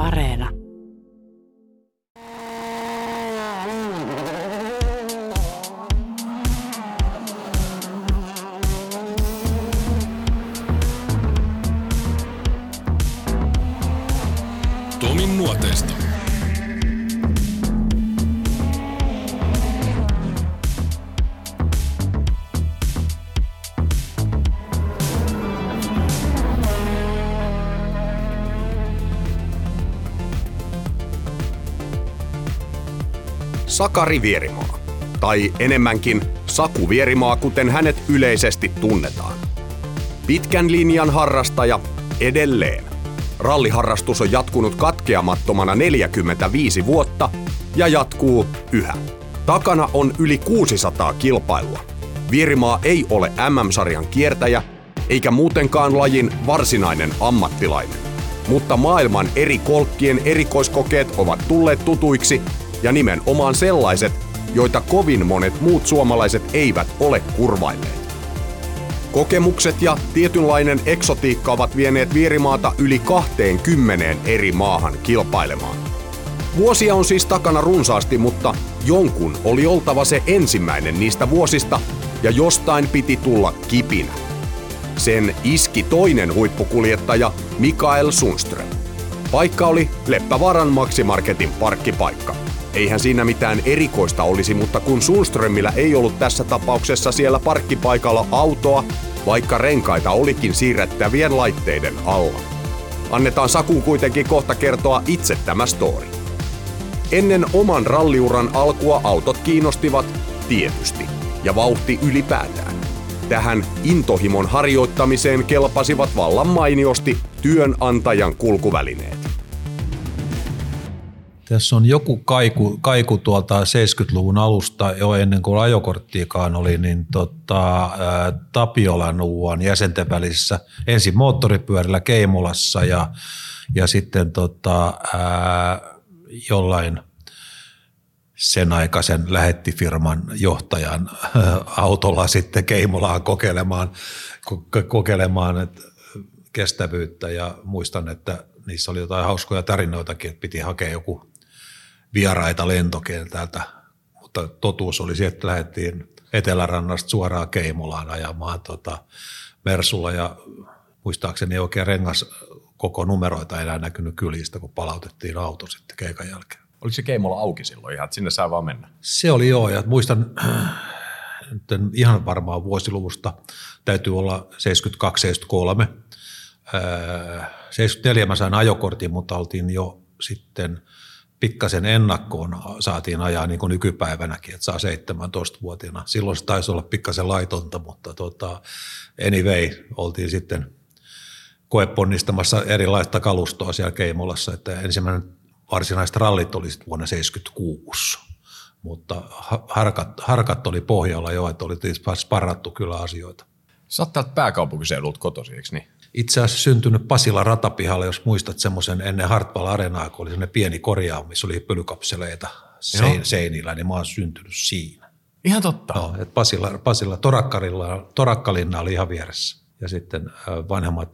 Areena. Tomin nuoteista. Sakari Vierimaa, tai enemmänkin Saku Vierimaa, kuten hänet yleisesti tunnetaan. Pitkän linjan harrastaja edelleen. Ralliharrastus on jatkunut katkeamattomana 45 vuotta ja jatkuu yhä. Takana on yli 600 kilpailua. Vierimaa ei ole MM-sarjan kiertäjä, eikä muutenkaan lajin varsinainen ammattilainen. Mutta maailman eri kolkkien erikoiskokeet ovat tulleet tutuiksi, ja nimenomaan sellaiset, joita kovin monet muut suomalaiset eivät ole kurvailleet. Kokemukset ja tietynlainen eksotiikka ovat vieneet Vierimaata yli 20 eri maahan kilpailemaan. Vuosia on siis takana runsaasti, mutta jonkun oli oltava se ensimmäinen niistä vuosista, ja jostain piti tulla kipinä. Sen iski toinen huippukuljettaja Mikael Sundström. Paikka oli Leppävaaran Maximarketin parkkipaikka. Eihän siinä mitään erikoista olisi, mutta kun Sundströmillä ei ollut tässä tapauksessa siellä parkkipaikalla autoa, vaikka renkaita olikin siirrettävien laitteiden alla. Annetaan Sakun kuitenkin kohta kertoa itse tämä story. Ennen oman ralliuran alkua autot kiinnostivat tietysti, ja vauhti ylipäätään. Tähän intohimon harjoittamiseen kelpasivat vallan mainiosti työnantajan kulkuvälineet. Tässä on joku kaiku tuolta 70-luvun alusta jo ennen kuin ajokorttiikaan oli, niin Tapiolan UAn jäsenten välissä ensin moottoripyörillä Keimolassa ja sitten jollain sen aikaisen lähettifirman johtajan autolla sitten Keimolaan kokeilemaan kestävyyttä, ja muistan, että niissä oli jotain hauskoja tarinoitakin, että piti hakea joku vieraita lentokentältä, mutta totuus oli se, että lähdettiin Etelärannasta suoraan Keimolaan ajamaan Mersulla, ja muistaakseni ei oikein rengas koko numeroita enää näkynyt kylistä, kun palautettiin auto sitten keikan jälkeen. Oliko se Keimola auki silloin ihan, että sinne saa vaan mennä? Se oli joo, ja muistan, nyt en ihan varmaan vuosiluvusta, täytyy olla 72-73. 74 mä sain ajokortin, mutta oltiin jo sitten pikkasen ennakkoon, saatiin ajaa niin kuin nykypäivänäkin, että saa 17-vuotiaana. Silloin se taisi olla pikkasen laitonta, mutta anyway, oltiin sitten koeponnistamassa erilaista kalustoa siellä Keimolassa, että ensimmäinen varsinaiset rallit oli sitten vuonna 1976, mutta harkat oli pohjalla jo, että oli sparrattu kyllä asioita. Sä oot täältä pääkaupunkiseudulta kotoisin, eikö niin? Itse asiassa syntynyt Pasilan ratapihalla, jos muistat semmoisen ennen Hartwall Arenaa, kun oli semmoinen pieni korjaus, missä oli pölykapseleita seinillä, niin mä oon syntynyt siinä. Ihan totta. No, että Pasila Torakkalinna oli ihan vieressä. Ja sitten vanhemmat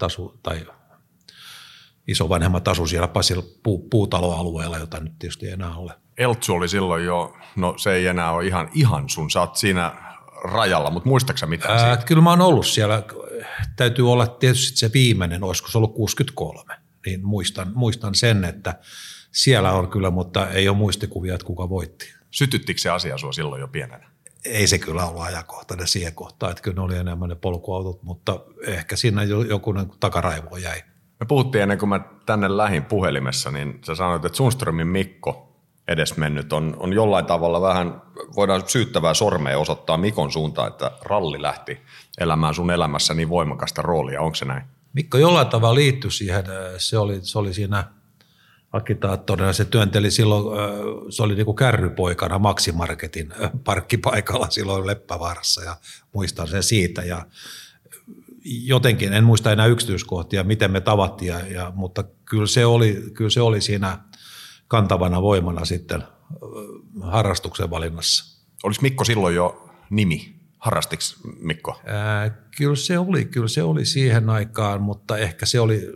isovanhemmat asu siellä puutaloalueella, jota nyt tietysti ei enää ole. Eltsu oli silloin jo, no se ei enää ole ihan sun, sä oot siinä rajalla, mutta muistaaksä mitään siitä? Kyllä mä oon ollut siellä. Täytyy olla tietysti se viimeinen, olisiko se ollut 63, niin muistan sen, että siellä on kyllä, mutta ei ole muistikuvia, että kuka voitti. Sytyttikö se asia sua silloin jo pienenä? Ei se kyllä ollut ajankohtainen siihen kohtaan, että kyllä ne oli enemmän ne polkuautot, mutta ehkä siinä joku takaraivo jäi. Me puhuttiin ennen kuin mä tänne lähdin puhelimessa, niin sä sanoit, että Sundströmin Mikko edesmennyt on jollain tavalla vähän, voidaan syyttävää sormea osoittaa Mikon suuntaan, että ralli lähti elämään sun elämässä niin voimakasta roolia. Onko se näin? Mikko jollain tavalla liittyi siihen. Se oli siinä agitaattorina. Se työnteli silloin, se oli niin kuin kärrypoikana Maximarketin parkkipaikalla silloin Leppävaarassa ja muistan sen siitä. Ja jotenkin, en muista enää yksityiskohtia, miten me tavattiin, mutta kyllä se oli siinä kantavana voimana sitten harrastuksen valinnassa. Oliko Mikko silloin jo nimi? Harrastiko Mikko? Kyllä se oli siihen aikaan, mutta ehkä se oli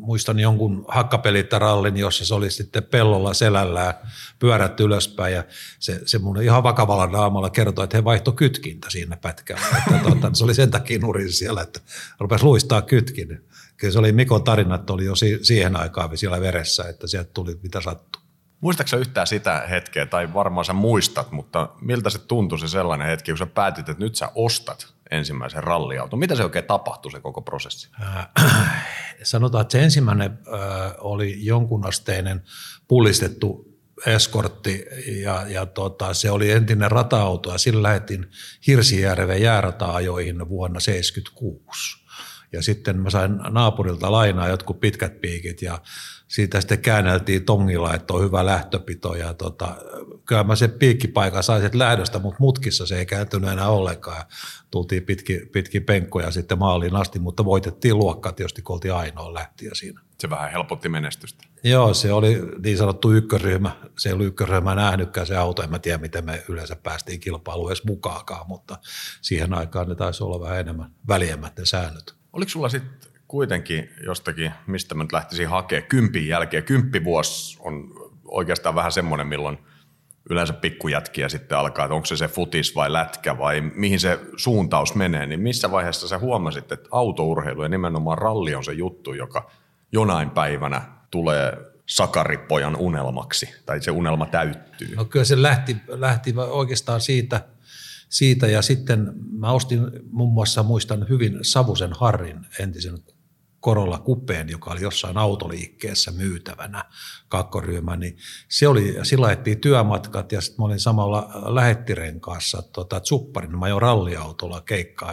muistan jonkun hakkapelittarallin, jossa se oli sitten pellolla selällään pyörätty ylöspäin ja se mun ihan vakavalla naamalla kertoi, että he vaihtoi kytkintä siinä pätkällä. Että, se oli sen takia nurin siellä, että rupesi luistaa kytkin. Kyllä se oli Mikon tarinat oli jo siihen aikaan siellä veressä, että sieltä tuli mitä sattui. Muistatko sä yhtään sitä hetkeä, tai varmaan sä muistat, mutta miltä se tuntui se sellainen hetki, kun sä päätit, että nyt sä ostat ensimmäisen ralliauton? Mitä se oikein tapahtui, se koko prosessi? Sanotaan, että se ensimmäinen oli jonkunasteinen pullistettu eskortti ja se oli entinen rata-auto ja sillä lähdettiin Hirsijärven jäärata-ajoihin vuonna 1976. Ja sitten mä sain naapurilta lainaa jotkut pitkät piikit ja siitä sitten käänneltiin tongilla, että on hyvä lähtöpito ja kyllä mä sen piikkipaikan sain sieltä lähdöstä, mutta mutkissa se ei kääntynyt enää ollenkaan ja tultiin pitkin penkkoja sitten maaliin asti, mutta voitettiin luokkaa tietysti, kun oltiin ainoa lähtiä siinä. Se vähän helpotti menestystä. Joo, se oli niin sanottu ykkösryhmä, se ei ollut ykkösryhmä nähnytkään se auto, en mä tiedä miten me yleensä päästiin kilpailuun edes mukaakaan, mutta siihen aikaan ne taisi olla vähän enemmän väljemmät ne säännöt. Oliko sulla sitten kuitenkin jostakin, mistä mä nyt lähtisin hakemaan, 10 jälkeen? 10 vuosi on oikeastaan vähän semmoinen, milloin yleensä pikkujätkiä sitten alkaa, että onko se futis vai lätkä vai mihin se suuntaus menee, niin missä vaiheessa sä huomasit, että autourheilu ja nimenomaan ralli on se juttu, joka jonain päivänä tulee sakaripojan unelmaksi, tai se unelma täyttyy? No kyllä se lähti oikeastaan siitä ja sitten mä ostin muun muassa, muistan hyvin Savusen Harrin entisen Corolla Coupén, joka oli jossain autoliikkeessä myytävänä kakkoryhmä, niin se oli, sillä ajettiin työmatkat ja sitten mä olin samalla lähettirenkaassa tsupparin, mä ajoin ralliautolla keikkaa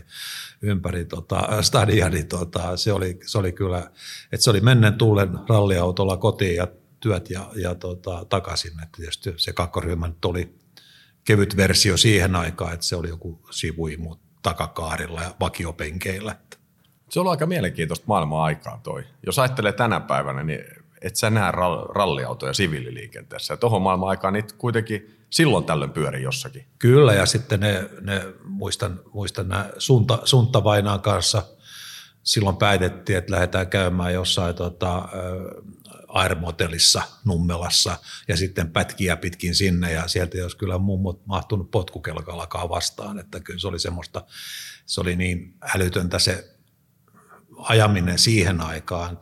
ympäri stadia, niin se oli kyllä, että se oli mennen tullen ralliautolla kotiin ja työt ja takaisin, että tietysti se kakkoryhmä nyt oli kevyt versio siihen aikaan, että se oli joku sivuimu takakaarilla ja vakiopenkeillä. Se on aika mielenkiintoista maailman aikaa toi. Jos ajattelee tänä päivänä, niin et sä näe ralliautoja siviililiikenteessä. Ja tohon maailman aikaan niitä kuitenkin silloin tällöin pyöri jossakin. Kyllä, ja sitten ne muistan nämä Sunttavainaan kanssa silloin päätettiin, että lähdetään käymään jossain Air-motellissa Nummelassa ja sitten pätkiä pitkin sinne ja sieltä ei olisi kyllä mummot mahtunut potkukelkallakaan vastaan, että kyllä se oli semmoista, se oli niin älytöntä se ajaminen siihen aikaan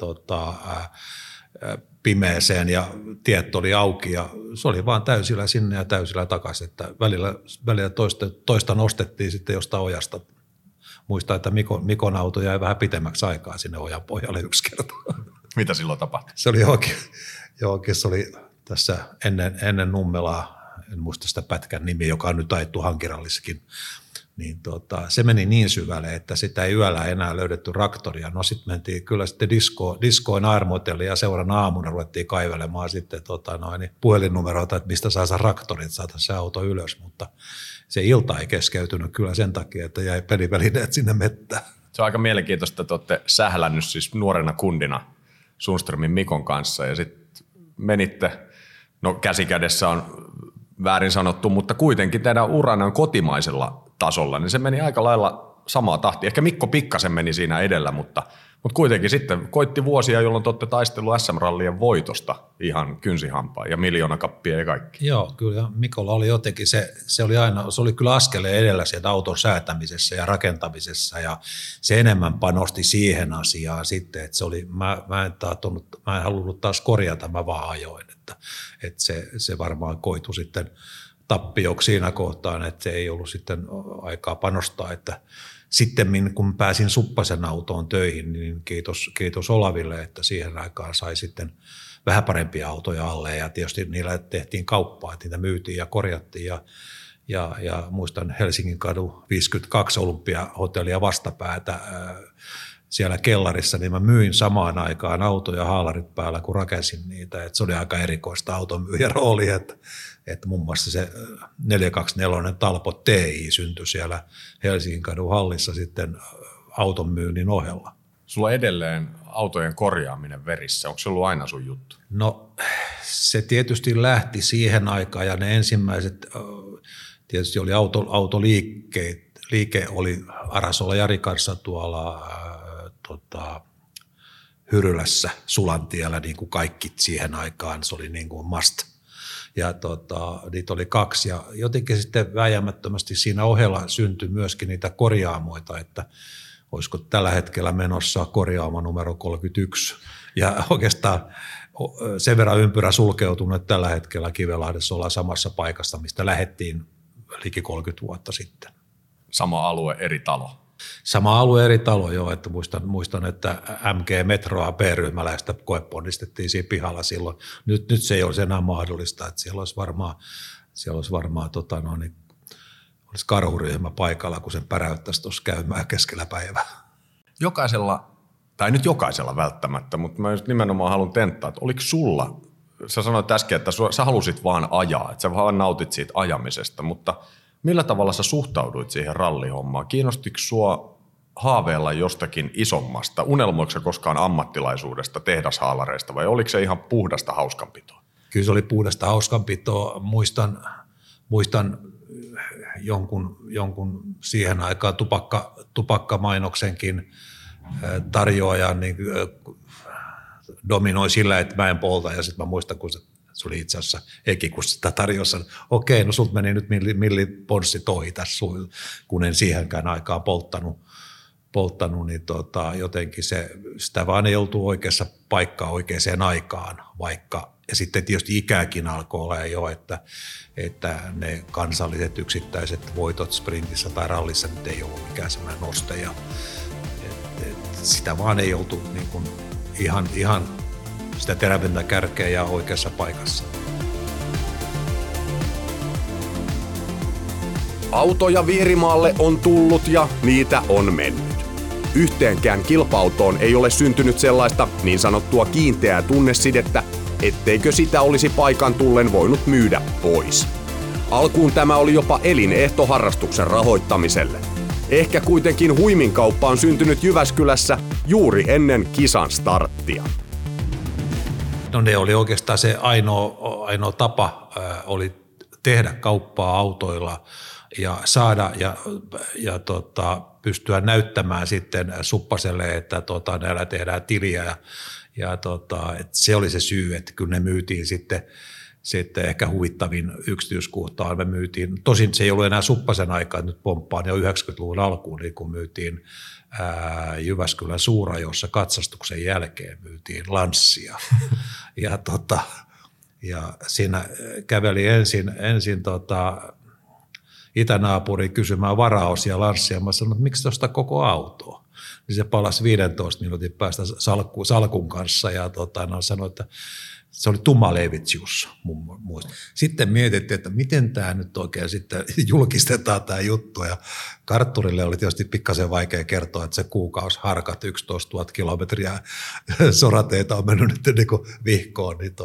pimeeseen ja tiet oli auki ja se oli vaan täysillä sinne ja täysillä takaisin, että välillä toista nostettiin sitten jostain ojasta. Muistan, että Mikon auto jäi vähän pitemmäksi aikaa sinne ojan pohjalle yksi kerta. Mitä silloin tapahtui? Se oli oikein, se oli tässä ennen Nummelaa, en muista sitä pätkän nimi, joka on nyt ajettu Hankirallissakin, niin se meni niin syvälle, että sitä ei yöllä enää löydetty raktoria. No sitten mentiin kyllä sitten diskoin Air-motelliin ja seuraavana aamuna ruvettiin kaivelemaan sitten puhelinnumeroita, että mistä saa raktorit, saada se auto ylös, mutta se ilta ei keskeytynyt kyllä sen takia, että jäi pelivälineet sinne mettään. Se on aika mielenkiintoista, että olette sählännyt siis nuorena kundina Sundströmin Mikon kanssa ja sitten menitte, no käsikädessä on väärin sanottu, mutta kuitenkin teidän uranne on kotimaisella tasolla, niin se meni aika lailla samaa tahtia. Ehkä Mikko pikkasen meni siinä edellä, mutta kuitenkin sitten koitti vuosia, jolloin te olette taistellut SM-rallien voitosta ihan kynsihampaan ja miljoonakappia ja kaikki. Joo, kyllä Mikolla oli jotenkin, se oli kyllä askeleen edellä sieltä auton säätämisessä ja rakentamisessa ja se enemmän panosti siihen asiaan sitten, että se oli, mä en halunnut taas korjata, mä vaan ajoin, että se varmaan koitui sitten tappioksi siinä kohtaan, että se ei ollut sitten aikaa panostaa, että sitten kun pääsin Suppasen autoon töihin, niin kiitos Olaville, että siihen aikaan sai sitten vähän parempia autoja alle ja tietysti niillä tehtiin kauppaa, että niitä myytiin ja korjattiin ja muistan Helsingin kadu 52 Olympiahotellia vastapäätä siellä kellarissa, niin mä myin samaan aikaan autoja haalarit päällä, kun rakensin niitä, että se oli aika erikoista automyyjän rooli, että muun muassa se 424 Talpo TI syntyi siellä Helsingin kadun hallissa sitten auton myynnin ohella. Sulla on edelleen autojen korjaaminen verissä, onko se ollut aina sun juttu? No se tietysti lähti siihen aikaan ja ne ensimmäiset, tietysti oli liike oli Arasola Jari kanssa tuolla Hyrylässä Sulantiellä niin kuin kaikki siihen aikaan, se oli niin kuin must. Ja niitä oli 2 ja jotenkin sitten vääjäämättömästi siinä ohella syntyi myöskin niitä korjaamoita, että olisiko tällä hetkellä menossa korjaamo numero 31 ja oikeastaan sen verran ympyrä sulkeutunut, että tällä hetkellä Kivelahdessa ollaan samassa paikassa, mistä lähdettiin liki 30 vuotta sitten. Sama alue, eri talo. Sama alue, eri talo, joo, että muistan, että MG Metroa B-ryhmäläistä koeponnistettiin siinä pihalla silloin. Nyt se ei olisi enää mahdollista, että siellä olisi varmaan olisi karhuryhmä paikalla, kun sen päräyttäisi tuossa käymään keskellä päivää. Jokaisella, tai nyt jokaisella välttämättä, mutta mä nimenomaan haluan tenttaa, että oliko sulla, sä sanoit äsken, että sä halusit vaan ajaa, että sä vaan nautit siitä ajamisesta, mutta millä tavalla sä suhtauduit siihen rallihommaan? Kiinnostiko sua haaveilla jostakin isommasta? Unelmoiko sä koskaan ammattilaisuudesta, tehdashaalareista vai oliko se ihan puhdasta hauskanpitoa? Kyllä se oli puhdasta hauskanpitoa. Muistan jonkun siihen aikaan tupakkamainoksenkin tarjoajan niin dominoi sillä, että mä en polta ja sitten mä muistan, kun se oli itse asiassa Eki, kun sitä tarjossa, okei, no sulta meni nyt milliponssit ohi tässä, kun en siihenkään aikaan polttanut niin jotenkin sitä vaan ei oltu oikeassa paikkaa oikeaan aikaan, vaikka, ja sitten tietysti ikäkin alkoi olla jo, että ne kansalliset yksittäiset voitot sprintissä tai rallissa nyt ei ollut mikään sellainen noste, ja sitä vaan ei oltu niin kuin ihan sitä terävintä kärkeä ja oikeassa paikassa. Autoja Viirimaalle on tullut ja niitä on mennyt. Yhteenkään kilpa-autoon ei ole syntynyt sellaista niin sanottua kiinteää tunnesidettä, etteikö sitä olisi paikan tullen voinut myydä pois. Alkuun tämä oli jopa elinehto harrastuksen rahoittamiselle. Ehkä kuitenkin huimin kauppa on syntynyt Jyväskylässä juuri ennen kisan starttia. No ne oli oikeastaan se ainoa tapa oli tehdä kauppaa autoilla ja saada ja pystyä näyttämään sitten Suppaselle, että näillä tehdään tiliä ja se oli se syy, että kyllä ne myytiin sitten ehkä huvittavin yksityiskohtaan me myytiin. Tosin se ei ollut enää Suppasen aikaa, nyt pomppaan jo 90-luvun alkuun, niin kun myytiin Jyväskylän Suurajossa katsastuksen jälkeen myytiin Lanssia. ja siinä käveli ensin itänaapuri kysymään varaosia Lanssia. Mä sanoin, että miksi tuosta koko autoa? Niin se palasi 15 minuutin päästä salkun kanssa ja sanoi, että se oli Tumalevicius mun muista. Sitten mietittiin, että miten tämä nyt oikein sitten julkistetaan tämä juttu. Ja kartturille oli tietysti pikkasen vaikea kertoa, että se kuukausiharkat 11 000 kilometriä sorateita on mennyt nyt niin kuin vihkoon. Niin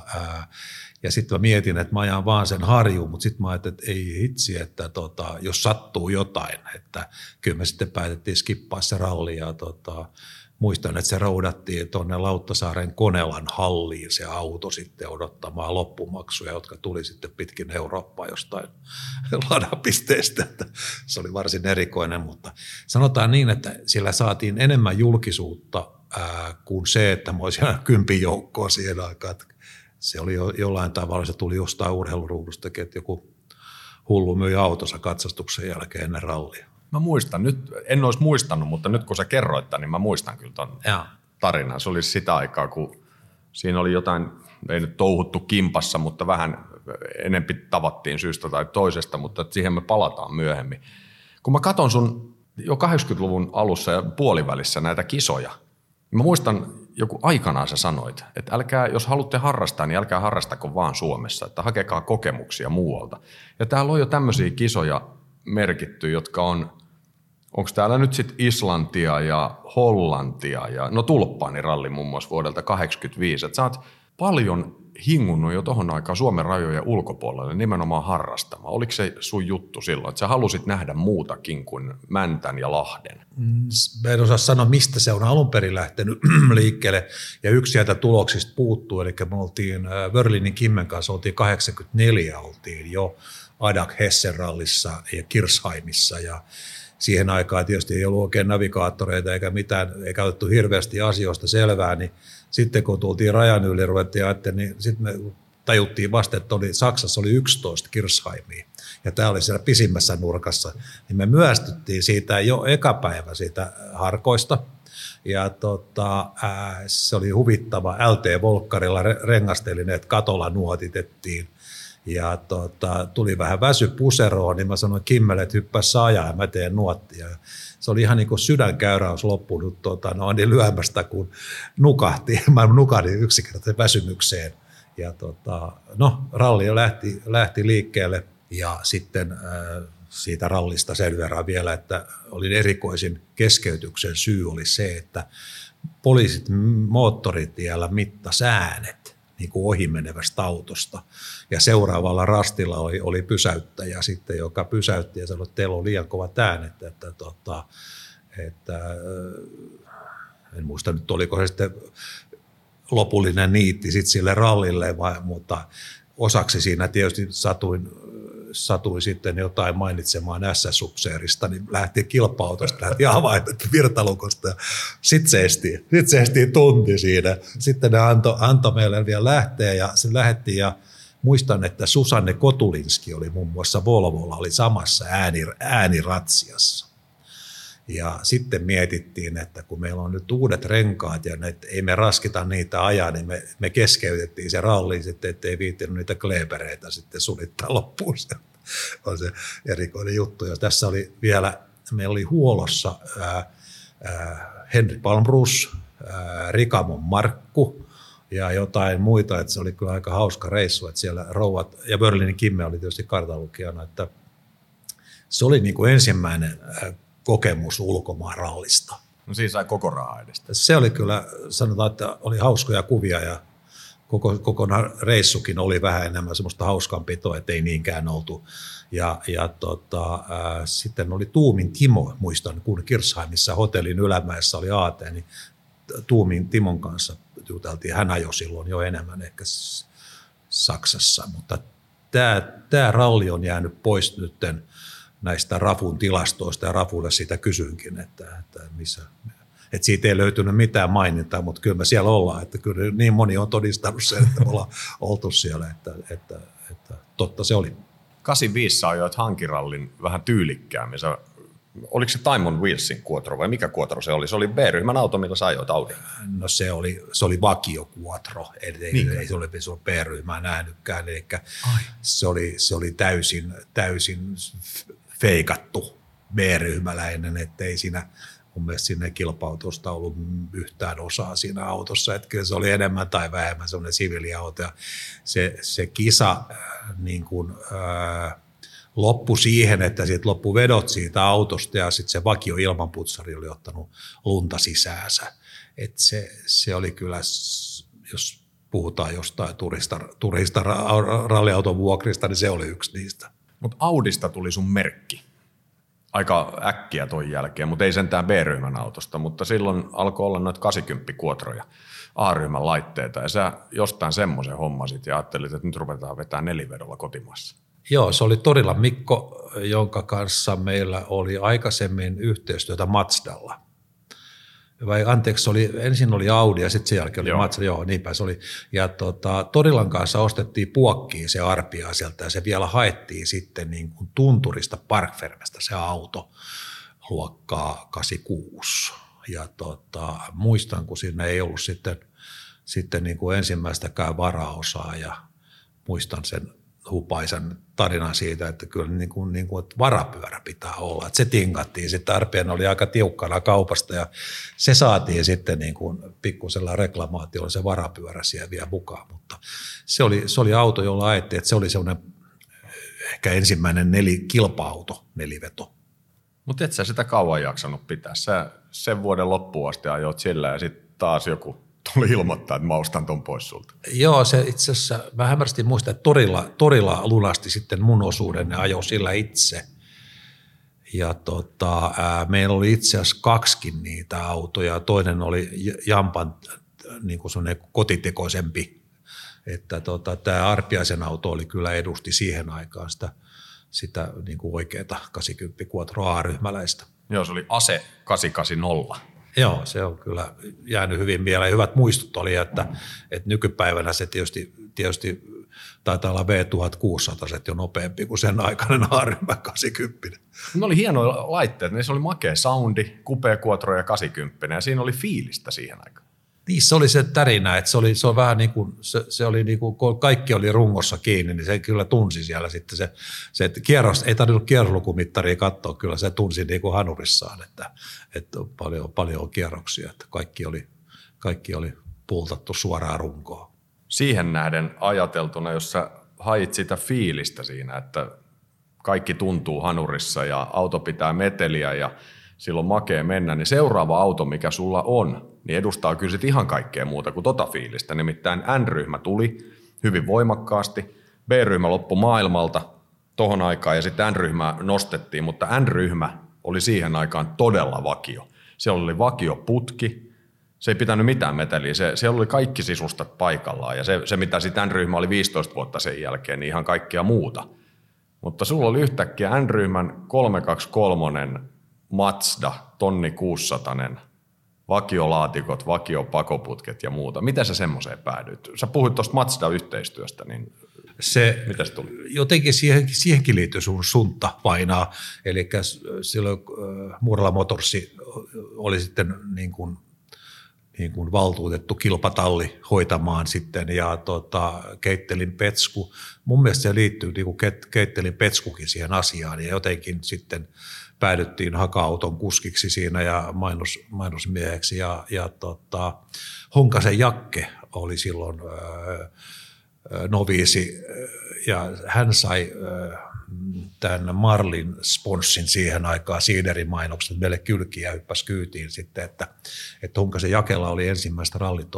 ja sitten mä mietin, että mä ajan vaan sen harjuun, mutta sitten mä ajattelin, että ei hitsi, että jos sattuu jotain, että kyllä me sitten päätettiin skippaa se ralli ja muistan, että se roudattiin tuonne Lauttasaaren Konelan halliin se auto sitten odottamaan loppumaksuja, jotka tuli sitten pitkin Eurooppaa jostain ladapisteestä. Että se oli varsin erikoinen, mutta sanotaan niin, että sillä saatiin enemmän julkisuutta kuin se, että mä olisin aina kympin joukkoa siihen aikaan. Se oli jollain tavalla, se tuli jostain urheiluruudustakin, että joku hullu myi autonsa katsastuksen jälkeen ennen rallia. Mä muistan, nyt en olisi muistanut, mutta nyt kun sä kerroit tämän, niin mä muistan kyllä ton tarinan. Se oli sitä aikaa, kun siinä oli jotain, ei nyt touhuttu kimpassa, mutta vähän enempi tavattiin syystä tai toisesta, mutta siihen me palataan myöhemmin. Kun mä katson sun jo 80-luvun alussa ja puolivälissä näitä kisoja, mä muistan, joku aikanaan sä sanoit, että älkää, jos haluatte harrastaa, niin älkää harrastako vaan Suomessa, että hakekaa kokemuksia muualta. Ja täällä on jo tämmöisiä kisoja merkitty, jotka onko täällä nyt sitten Islantia ja Hollantia ja Tulppaani-ralli muun muassa vuodelta 1985, että sä oot paljon hingunnut jo tohon aikaan Suomen rajojen ulkopuolelle nimenomaan harrastamaan. Oliko se sun juttu silloin, että sä halusit nähdä muutakin kuin Mäntän ja Lahden? Mä en osaa sanoa, mistä se on alun perin lähtenyt liikkeelle ja yksi sieltä tuloksista puuttuu, eli me oltiin Wörlinin Kimmen kanssa, oltiin 84, oltiin jo Adak Hessen rallissa ja Kirsheimissa ja siihen aikaan tietysti ei ollut oikein navigaattoreita eikä mitään, eikä otettu hirveästi asioista selvää, niin sitten kun tultiin rajan yli, ruvettiin ajattelin, niin sitten me tajuttiin vasta, että Saksassa oli 11 Kirchheimia, ja tämä oli siellä pisimmässä nurkassa, niin me myöstyttiin siitä jo eka päivä siitä harkoista, ja se oli huvittava. LT-volkkarilla rengastelin, että katolla nuotitettiin, ja tuli vähän väsy puseroon, niin mä sanoin Kimmelle, että hyppää ajaa ja mä teen nuottia. Se oli ihan niin kuin sydänkäyräys loppunut niin lyömästä, kun nukahti. Mä nukahdin yksinkertaisen väsymykseen. Ja ralli lähti liikkeelle ja sitten siitä rallista sen verran vielä, että olin erikoisin keskeytyksen syy oli se, että poliisit moottoritiellä mittasäänet niin kuin ohimenevästä autosta. Ja seuraavalla rastilla oli pysäyttäjä sitten, joka pysäytti ja sanoi, että teillä on liian kovat äänet, että en muista nyt oliko se sitten lopullinen niitti sitten sille rallille, mutta osaksi siinä tietysti satuin sitten jotain mainitsemaan SS-upseerista, niin lähti kilpa-autosta, lähti avaimet virtalukosta ja sitten se esti tunti siinä. Sitten ne antoi meille vielä lähteä ja se lähetti ja muistan, että Susanne Kotulinski oli muun muassa Volvolla, oli samassa ääniratsiassa. Ja sitten mietittiin, että kun meillä on nyt uudet renkaat ja ei me raskita niitä ajaa, niin me keskeytettiin se ralli sitten, ettei viittinyt niitä kleepereitä sitten sulittaa loppuun. Se on se erikoinen juttu. Ja tässä oli vielä, meillä oli huolossa Henri Palmroos, Rikamon Markku ja jotain muita, että se oli kyllä aika hauska reissu, että siellä rouvat, ja Berliinin Kimme oli tietysti kartanlukijana, että se oli niin kuin ensimmäinen kokemus ulkomaan rallista. No siinä sai koko rahaa edestä. Se oli kyllä, sanotaan, että oli hauskoja kuvia ja kokonaan reissukin oli vähän enemmän semmoista hauskanpitoa, että ei niinkään oltu. Sitten oli Tuumin Timo, muistan, kun Kirchheimissa hotellin ylämäessä oli AT, niin Tuumin Timon kanssa juteltiin. Hän ajoi silloin jo enemmän ehkä Saksassa, mutta tämä ralli on jäänyt pois nytten näistä Rafun tilastoista ja Rafulle siitä kysyinkin, että siitä ei löytynyt mitään mainintaa, mutta kyllä me siellä ollaan, että kyllä niin moni on todistanut sen, että me ollaan oltu siellä, että totta se oli. 85 sä ajoit hankirallin vähän tyylikkäämmin. Oliko se Taimon Wheelsin Quattro vai mikä Quattro se oli? Se oli B-ryhmän auto, millä sä ajoit Audi. No se oli vakio Quattro, ei se ole B-ryhmää nähnytkään, eli se oli täysin feikattu B-ryhmäläinen, ettei siinä mun mielestä sinne kilpa-autosta ollut yhtään osaa siinä autossa, että kyllä se oli enemmän tai vähemmän semmoinen siviiliauto ja se kisa niin kuin, loppui siihen, että siitä loppui vedot siitä autosta ja sitten se vakio ilmanputsari oli ottanut lunta sisäänsä, että se oli kyllä, jos puhutaan jostain turista ralliauton vuokrista, niin se oli yksi niistä. Mutta Audista tuli sun merkki. Aika äkkiä ton jälkeen, mutta ei sentään B-ryhmän autosta, mutta silloin alkoi olla noita 80 Quattroja A-ryhmän laitteita ja sä jostain semmoisen hommasit ja ajattelit, että nyt ruvetaan vetämään nelivedolla kotimaassa. Joo, se oli Torilla Mikko, jonka kanssa meillä oli aikaisemmin yhteistyötä Mazdalla. Vai anteeksi, ensin oli Audi ja sitten sen jälkeen oli Mazda, joo, niinpä se oli. Ja Torilan kanssa ostettiin puokkiin se Arpia sieltä ja se vielä haettiin sitten niin kuin tunturista Parkfermestä se auto luokkaa 86. Ja muistan, kun siinä ei ollut sitten niin kuin ensimmäistäkään varaosaa ja muistan sen hupaisen tarinan siitä, että kyllä niin kuin, että varapyörä pitää olla. Että se tingattiin, sitten Arpien oli aika tiukkana kaupasta ja se saatiin sitten niin kuin pikkusella reklamaatiolla se varapyörä siellä vielä mukaan. Mutta se oli auto, jolla ajettiin, että se oli semmoinen ehkä ensimmäinen kilpa-auto, neliveto. Mutta et sä sitä kauan jaksanut pitää. Sä sen vuoden loppuun asti ajoit sillä ja sitten taas joku tuli ilmoittaa, että mä ostan ton pois sulta. Joo, se itse asiassa, mä hämärästi muistan, että torilla lunasti sitten mun osuuden ja ajoi sillä itse. Ja meillä oli itse asiassa 2 niitä autoja, toinen oli Jampan niin kuin semmoinen kotitekoisempi, että tämä Arpiaisen auto oli kyllä edusti siihen aikaan sitä niin kuin oikeaa 80 Quattro A-ryhmäläistä. Joo, se oli ASE 880. Joo, se on kyllä jäänyt hyvin mieleen. Hyvät muistut oli, että nykypäivänä se tietysti taitaa olla V1600 jo nopeampi kuin sen aikainen A-ryhmä 80. Ne oli hienoja laitteet, niissä oli makea soundi, Coupe Quattro ja 80, ja siinä oli fiilistä siihen aikaan. Niissä oli se tärinä, että se on vähän niin kuin, se oli niin kuin, kun kaikki oli rungossa kiinni, niin se kyllä tunsi siellä sitten se että ei tarvinnut kierroslukumittaria katsoa, kyllä se tunsi niin kuin hanurissaan, että paljon on kierroksia, että kaikki oli pultattu suoraan runkoon. Siihen nähden ajateltuna, jos sä hait sitä fiilistä siinä, että kaikki tuntuu hanurissa ja auto pitää meteliä ja silloin makea mennä, niin seuraava auto, mikä sulla on, niin edustaa kyllä sit ihan kaikkea muuta kuin tota fiilistä. Nimittäin N-ryhmä tuli hyvin voimakkaasti, B-ryhmä loppui maailmalta tohon aikaan ja sitten N-ryhmä nostettiin, mutta N-ryhmä oli siihen aikaan todella vakio. Siellä oli vakioputki, se ei pitänyt mitään meteliä, siellä oli kaikki sisustat paikallaan ja se mitä sitten N-ryhmä oli 15 vuotta sen jälkeen, niin ihan kaikkea muuta. Mutta sulla oli yhtäkkiä N-ryhmän 323 Mazda, 1600, vakiolaatikot, vakiopakoputket ja muuta. Miten sä semmoiseen päädyit? Sä puhuit tuosta Mazda-yhteistyöstä, niin mitä se tuli? Jotenkin siihenkin liittyy sun sunta painaa, eli silloin Murala Motorsi oli sitten niin kuin valtuutettu kilpatalli hoitamaan sitten ja Keittelin Petsku. Mun mielestä se liittyy niin kuin Keittelin Petskukin siihen asiaan ja jotenkin sitten päädyttiin Haka-auton kuskiksi siinä ja mainosmieheksi ja Honkasen Jakke oli silloin noviisi ja hän sai tämän Marlin sponssin siihen aikaan siiderin mainokset meille kylkiin ja hyppäsi kyytiin sitten, että Honkasen Jakella oli ensimmäiset rallit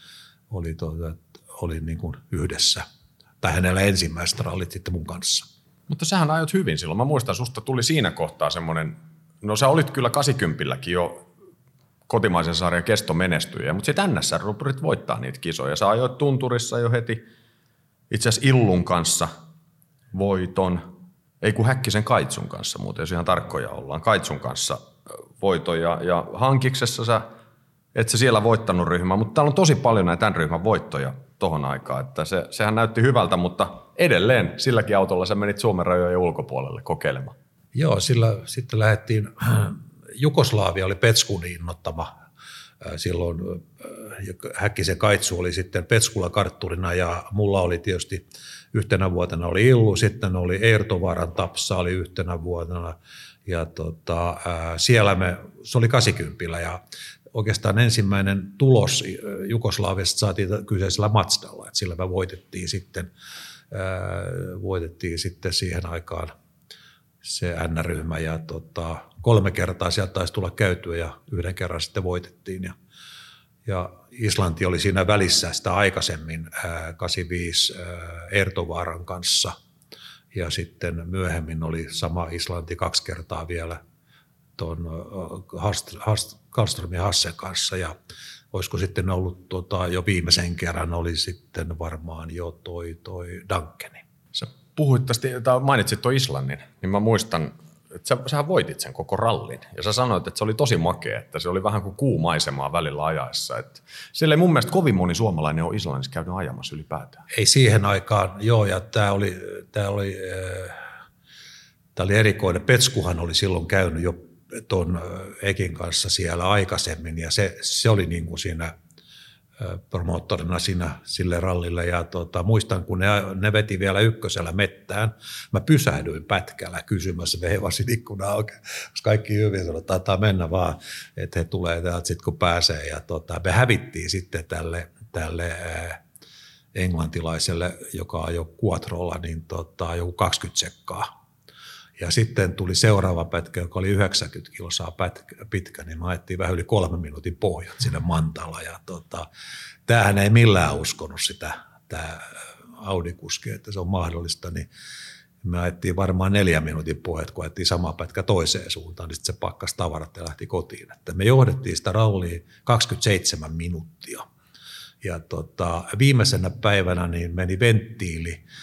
oli niin kuin yhdessä tai hänellä ensimmäiset rallit sitten mun kanssa. Mutta sähän ajot hyvin silloin. Mä muistan, susta tuli siinä kohtaa semmoinen, no sä olit kyllä 80-lläkin jo kotimaisen sarjan kestomenestyjä, mutta sitten NSR rupesit voittaa niitä kisoja. Sä ajoit tunturissa jo heti itse asiassa Illun kanssa voiton, ei kun Häkkisen Kaitsun kanssa muuten, jos ihan tarkkoja ollaan, Kaitsun kanssa voiton ja Hankiksessa sä et sä siellä voittanut ryhmää, mutta täällä on tosi paljon näitä tämän ryhmän voittoja tohon aikaan, että sehän näytti hyvältä, mutta edelleen silläkin autolla sä menit Suomen rajojen ulkopuolelle kokeilemaan. Joo, sitten lähdettiin, Jugoslavia oli Petskun innoittama, silloin Häkkisen Kaitsu oli sitten Petskulla kartturina ja mulla oli tietysti yhtenä vuotena oli Illu, sitten oli Eertovaaran Tapsa oli yhtenä vuotena ja siellä se oli 80 ja oikeastaan ensimmäinen tulos Jugoslaviasta saatiin kyseisellä Mazdalla, että sillä me voitettiin sitten siihen aikaan se N-ryhmä ja 3 kertaa sieltä taisi tulla käytyä ja 1 kerran sitten voitettiin ja Islanti oli siinä välissä sitä aikaisemmin 85 Eertovaaran kanssa ja sitten myöhemmin oli sama Islanti 2 kertaa vielä tuon Karlström ja Hassen kanssa ja olisiko sitten ollut jo viimeisen kerran oli sitten varmaan jo toi Dankeni. Sä puhuit tästä, mainitsit tuon Islannin, niin mä muistan, että sähän voitit sen koko rallin ja sä sanoit, että se oli tosi makea, että se oli vähän kuin kuumaisemaa välillä ajaessa. Että siellä ei mun mielestä kovin moni suomalainen ole Islannissa käynyt ajamassa ylipäätään. Ei siihen aikaan, joo, ja tämä oli erikoinen. Petskuhan oli silloin käynyt jo tuon Ekin kanssa siellä aikaisemmin ja se oli niin kuin siinä promoottorina sille rallille ja muistan kun ne veti vielä ykkösellä mettään, mä pysähdyin pätkällä kysymässä, veivasin ikkuna auki, koska kaikki hyvin sanoi, että taitaa mennä vaan, että he tulee täältä sitten kun pääsee ja me hävittiin sitten tälle englantilaiselle, joka ajoi Quattrolla, niin joku 20 sekkaa. Ja sitten tuli seuraava pätkä, joka oli 90 kilsaa pitkä, niin me ajettiin vähän yli 3 minuutin pohjat sinne Mantalla. Ja tämähän ei millään uskonut sitä, tämä Audi-kuski, että se on mahdollista, niin me ajettiin varmaan 4 minuutin pohjat, kun ajettiin sama pätkä toiseen suuntaan, niin sitten se pakkasi tavarat ja lähti kotiin. Että me johdettiin sitä rallia 27 minuuttia. Ja viimeisenä päivänä niin meni venttiili,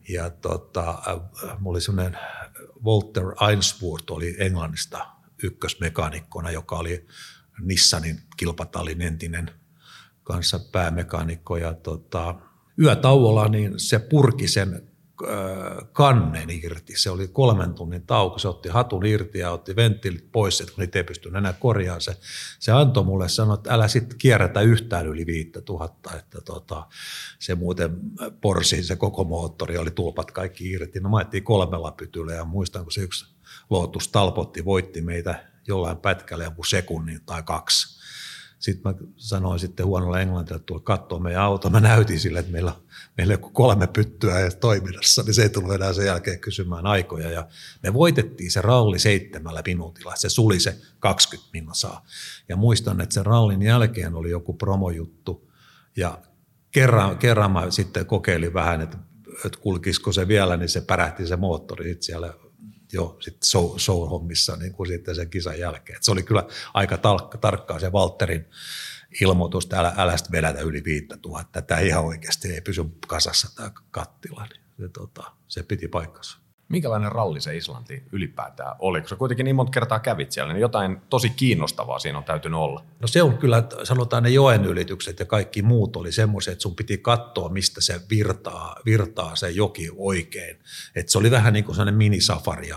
Ja mulla oli semmoinen Walter Ainsworth oli Englannista ykkösmekaanikkona, joka oli Nissanin kilpatallin entinen kanssa päämekaanikko. Ja yötauolla niin se purki sen kannen irti. Se oli 3 tunnin tauko. Se otti hatun irti ja otti venttiilit pois, että kun niitä ei pystynyt enää korjaamaan. Se antoi mulle sanoa, että älä sitten kierrätä yhtään yli 5000. Että se muuten porsi, se koko moottori oli tulpat kaikki irti. No mä ajettiin 3 pytyllä ja muistan, kun se yksi Lotus Talbotti voitti meitä jollain pätkällä joku sekunnin tai 2. Sitten mä sanoin sitten huonolla englantilla, että tulla katsoa meidän auto. Mä näytin sille, että meillä on 3 pyttyä edes toiminnassa, niin se ei tullut enää sen jälkeen kysymään aikoja. Ja me voitettiin se ralli 7 minuutilla. Se suli se 20 minsaa. Ja muistan, että sen rallin jälkeen oli joku promojuttu. Ja kerran mä sitten kokeilin vähän, että kulkisiko se vielä, niin se pärähti se moottori sitten siellä jo sitten show-hommissa niin kuin sitten sen kisan jälkeen. Et se oli kyllä aika tarkkaa se Valtterin ilmoitus, että älä sitten vedätä yli 5000, tämä ihan oikeasti ei pysy kasassa tämä kattila. Niin se piti paikkansa. Minkälainen ralli se Islanti ylipäätään oli? Kun sä kuitenkin niin monta kertaa kävit siellä, niin jotain tosi kiinnostavaa siinä on täytynyt olla. No se on kyllä, sanotaan ne joen ylitykset ja kaikki muut oli semmoiset, että sun piti katsoa, mistä se virtaa se joki oikein. Että se oli vähän niin kuin sellainen minisafari.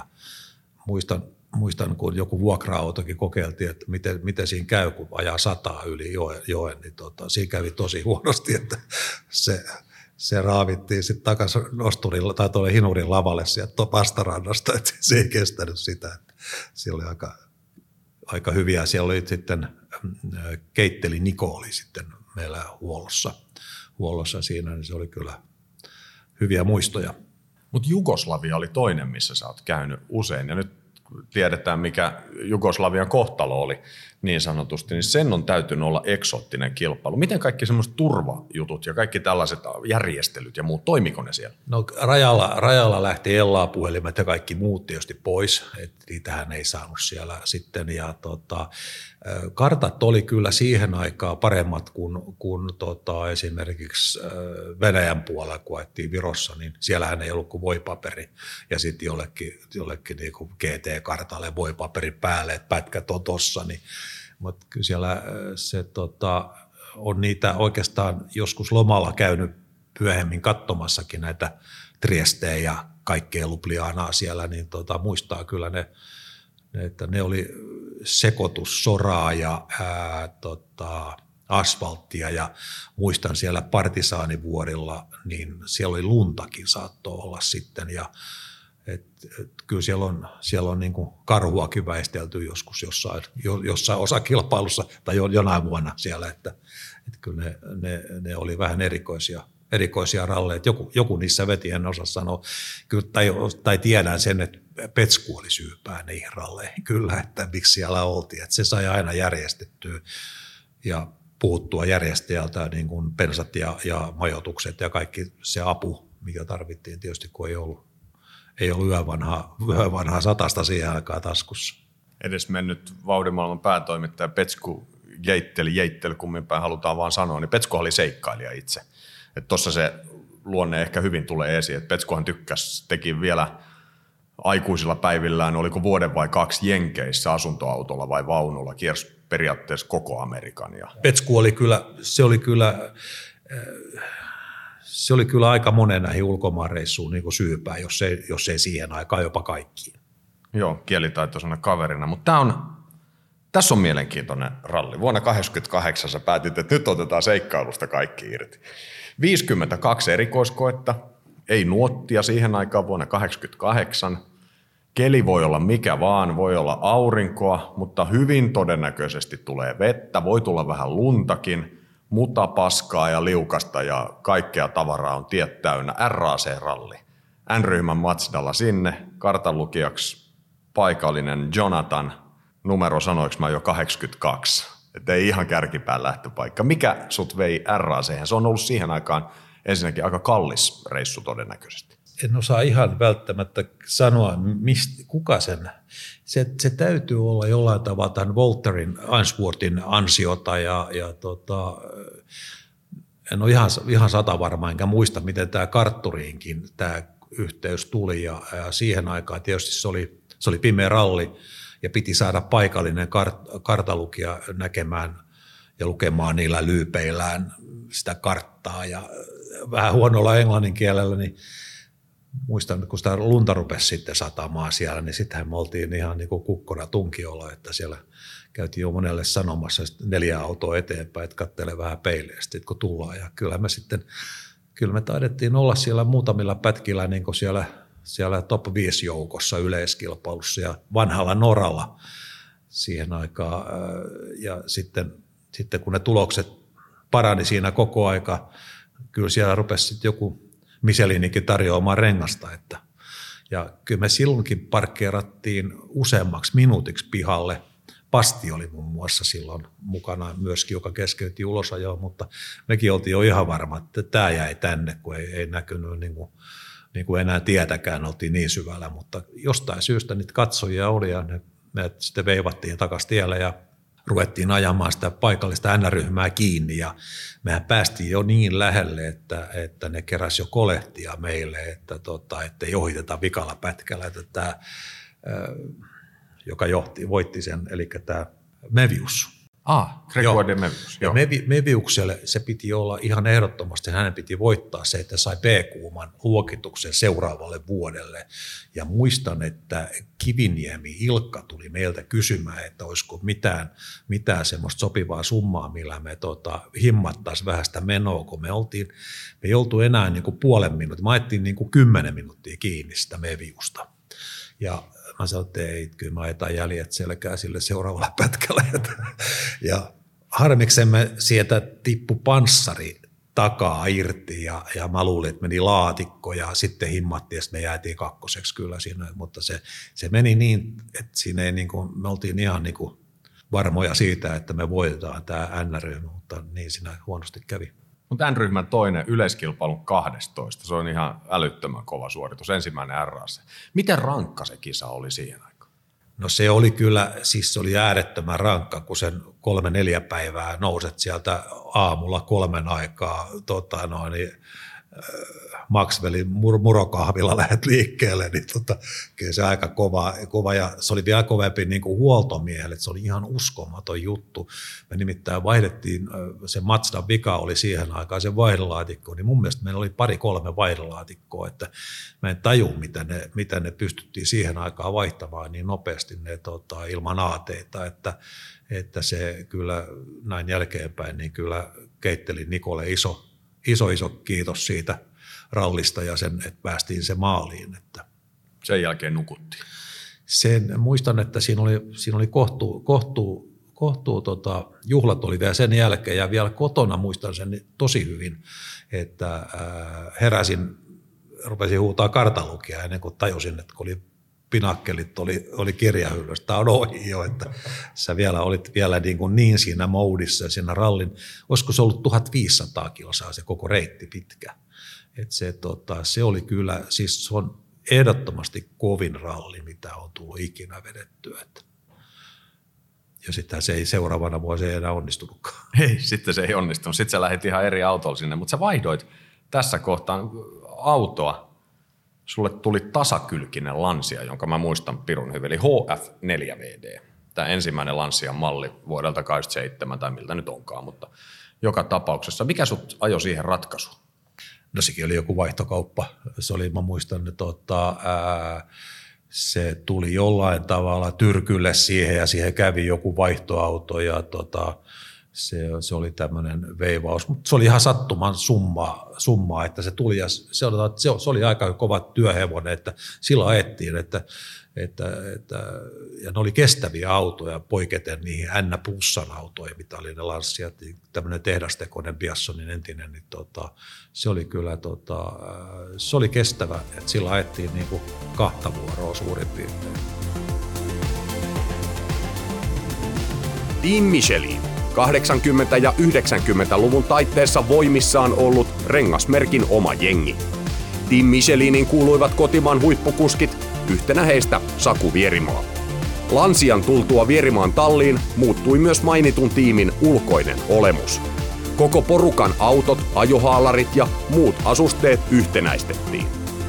Muistan, kun joku vuokra-autokin kokeiltiin, että miten siinä käy, kun ajaa 100 yli joen, niin siinä kävi tosi huonosti, että se raavittiin sitten takaisin nosturilla tai tuolle hinurin lavalle sieltä vastarannasta, että se ei kestänyt sitä. Se oli aika hyviä. Siellä oli sitten Keitteli Niko oli sitten meillä huollossa siinä, niin se oli kyllä hyviä muistoja. Mutta Jugoslavia oli toinen, missä sä oot käynyt usein, ja nyt tiedetään, mikä Jugoslavian kohtalo oli niin sanotusti, niin sen on täytynyt olla eksoottinen kilpailu. Miten kaikki semmoiset turvajutut ja kaikki tällaiset järjestelyt ja muut, toimiko ne siellä? No rajalla lähti puhelimet ja kaikki muut tietysti pois, että niitähän ei saanut siellä sitten. Ja kartat oli kyllä siihen aikaan paremmat kuin esimerkiksi Venäjän puolella, kun ajettiin Virossa, niin siellähän ei ollut kuin voipaperi ja sitten jollekin niin kuin GT-kartalle voipaperi päälle, että pätkät on tossa, niin mutta kyllä siellä se on niitä oikeastaan joskus lomalla käynyt myöhemmin katsomassakin näitä Triesteä ja kaikkea Ljubljanaa siellä, niin muistaa kyllä että ne oli sekoitus soraa ja asfalttia ja muistan siellä Partisaanivuorilla, niin siellä oli luntakin saattoi olla sitten ja kyllä siellä on niin kuin karhuakin väistelty joskus jossain osakilpailussa tai jonain vuonna siellä, että kyllä ne oli vähän erikoisia ralleja. Joku niissä veti, en osaa sanoa, kyllä, tai tiedän sen, että Petsku oli syypää niihin ralleihin kyllä, että miksi siellä oltiin, että se sai aina järjestettyä ja puhuttua järjestäjältä niin kuin pensat ja majoitukset ja kaikki se apu, mikä tarvittiin tietysti, kun ei ollut yövanhaa satasta siihen aikaan taskussa. Edes mennyt vauhdimaailman päätoimittaja Petsku Jeitteli, kumminpäin halutaan vaan sanoa, niin Petskuhan oli seikkailija itse. Tuossa se luonne ehkä hyvin tulee esiin, että Petskuhan teki vielä aikuisilla päivillään, oliko vuoden vai 2 Jenkeissä asuntoautolla vai vaunulla, kiersi periaatteessa koko Amerikan. Petsku oli kyllä, se oli kyllä aika monen näihin ulkomaanreissuun niin kuin syypää, jos ei siihen aikaan jopa kaikkiin. Joo, kielitaitoisena kaverina, mutta tässä on mielenkiintoinen ralli. Vuonna 1988 sä päätit, että nyt otetaan seikkailusta kaikki irti. 52 erikoiskoetta, ei nuottia siihen aikaan vuonna 1988. Keli voi olla mikä vaan, voi olla aurinkoa, mutta hyvin todennäköisesti tulee vettä, voi tulla vähän luntakin, mutta paskaa ja liukasta ja kaikkea tavaraa on tiet täynnä. RAC-ralli. N-ryhmän Mazdalla sinne, kartanlukijaksi paikallinen Jonathan, numero sanoinko mä jo 82, että ei ihan kärkipään lähtöpaikka. Mikä sut vei RAC:hen? Se on ollut siihen aikaan ensinnäkin aika kallis reissu todennäköisesti. En osaa ihan välttämättä sanoa, kuka sen. Se täytyy olla jollain tavalla tämän Walterin Ainsworthin ansiota en ole ihan 100 varma, enkä muista, miten tämä kartturiinkin, tämä yhteys tuli ja siihen aikaan tietysti se oli pimeä ralli ja piti saada paikallinen kartalukija näkemään ja lukemaan niillä lyypeillään sitä karttaa ja vähän huonolla englannin kielellä, niin muistan, kun sitä lunta rupesi sitten satamaan siellä, niin sittenhän me oltiin ihan niin kuin kukkona tunkiolla, että siellä käytiin jo monelle sanomassa 4 autoa eteenpäin, että katsele vähän peileä sitten, kun tullaan. Ja kyllä me taidettiin olla siellä muutamilla pätkillä niin kuin siellä top 5 joukossa yleiskilpailussa ja vanhalla Noralla siihen aikaan. Ja sitten kun ne tulokset parani siinä koko aika, kyllä siellä rupesi sitten joku Michelinikin tarjoamaan rengasta. Ja kyllä me silloinkin parkkeerattiin useammaksi minuutiksi pihalle. Pasti oli muun muassa silloin mukana myöskin, joka keskeytti ulosajoa, mutta mekin oltiin jo ihan varma, että tämä jäi tänne, kun ei näkynyt niin kuin enää tietäkään, oltiin niin syvällä, mutta jostain syystä niitä katsojia oli ja me sitten veivattiin takaisin tielle ja ruvettiin ajamaan sitä paikallista N-ryhmää kiinni ja mehän päästiin jo niin lähelle, että ne keräsi jo kolehtia meille, että ei ohiteta vikalla pätkällä, että tämä, joka voitti sen, eli tämä Mevius. Grégoire de Mevius. Ja Meviukselle se piti olla ihan ehdottomasti, hänen piti voittaa se, että sai B-kuuman luokituksen seuraavalle vuodelle. Ja muistan, että Kiviniemi Ilkka tuli meiltä kysymään, että olisiko mitään semmoista sopivaa summaa, millä me himmattaisiin vähän sitä menoa, kun me ei oltu enää niin kuin puolen minuutin, me ajettiin niin kuin 10 minuuttia kiinni sitä Meviusta. Ja mä sanoin, että ei, kyllä mä ajetaan jäljet selkää sille seuraavalla pätkällä. Ja harmiksemme sieltä tippu panssari takaa irti ja mä luulin, että meni laatikko ja sitten himmattiin ja sitten me jäätiin 2. kyllä siinä. Mutta se meni niin, että siinä ei me oltiin ihan varmoja siitä, että me voitetaan tämä N-ryhmä, mutta niin siinä huonosti kävi. Mutta N-ryhmän toinen yleiskilpailun 12, se on ihan älyttömän kova suoritus, ensimmäinen RAC. Miten rankka se kisa oli siihen aikaan? No se oli kyllä, siis se oli äärettömän rankka, kun sen 3-4 päivää nouset sieltä aamulla 3 aikaa Maxwellin murokahvilla lähdet liikkeelle, niin kyllä se aika kova ja se oli vielä kovempi niin kuin huoltomiehelle, että se oli ihan uskomaton juttu. Me nimittäin vaihdettiin, se Mazdan vika oli siihen aikaan se vaihdelaatikko, niin mun mielestä meillä oli 2-3 vaihdelaatikkoa, että mä en taju, miten ne pystyttiin siihen aikaan vaihtamaan niin nopeasti ne ilman aateita, että se kyllä näin jälkeenpäin, niin kyllä keitteli Nikolle iso kiitos siitä rallista ja sen, että päästiin se maaliin. Että sen jälkeen nukuttiin. Muistan, että siinä oli kohtuu juhlat oli vielä sen jälkeen ja vielä kotona muistan sen tosi hyvin, että heräsin, rupesin huutaa kartalukia ennen kuin tajusin, että kun oli pinakkelit oli kirjahyllyssä, tämä on ohi jo, että sä vielä olit vielä niin siinä moodissa siinä rallin, olisiko se ollut 1500 kilsaa se koko reitti pitkä. Että se oli kyllä, siis se on ehdottomasti kovin ralli, mitä on tullut ikinä vedettyä. Ja sitten se ei seuraavana vuonna enää onnistunutkaan. Ei, sitten se ei onnistunut. Sitten sä lähdit ihan eri autolla sinne, mutta sä vaihdoit tässä kohtaa autoa. Sulle tuli tasakylkinen Lancia, jonka mä muistan pirun hyvin, eli HF4VD. Tämä ensimmäinen Lancian malli vuodelta 87 tai miltä nyt onkaan, mutta joka tapauksessa. Mikä sut ajoi siihen ratkaisuun? No sekin oli joku vaihtokauppa. Se oli, mä muistan, että se tuli jollain tavalla tyrkylle siihen ja siihen kävi joku vaihtoauto ja se oli tämmöinen veivaus, mutta se oli ihan sattuman summaa, että se tuli ja se oli aika kova työhevonen, että sillä ajettiin, että ja ne oli kestäviä autoja poiketen niihin N-plussan autoihin, mitä oli ne Lanciat, tämmöinen tehdastekoinen Biassonin entinen, niin se oli kyllä, se oli kestävä, että sillä ajettiin niin kuin 2 vuoroa suurin piirtein. Team Michelin. 80- ja 90-luvun taitteessa voimissaan ollut rengasmerkin oma jengi. Team Michelinin kuuluivat kotimaan huippukuskit, yhtenä heistä Saku Vierimaa. Lancian tultua Vierimaan talliin muuttui myös mainitun tiimin ulkoinen olemus. Koko porukan autot, ajohaalarit ja muut asusteet yhtenäistettiin.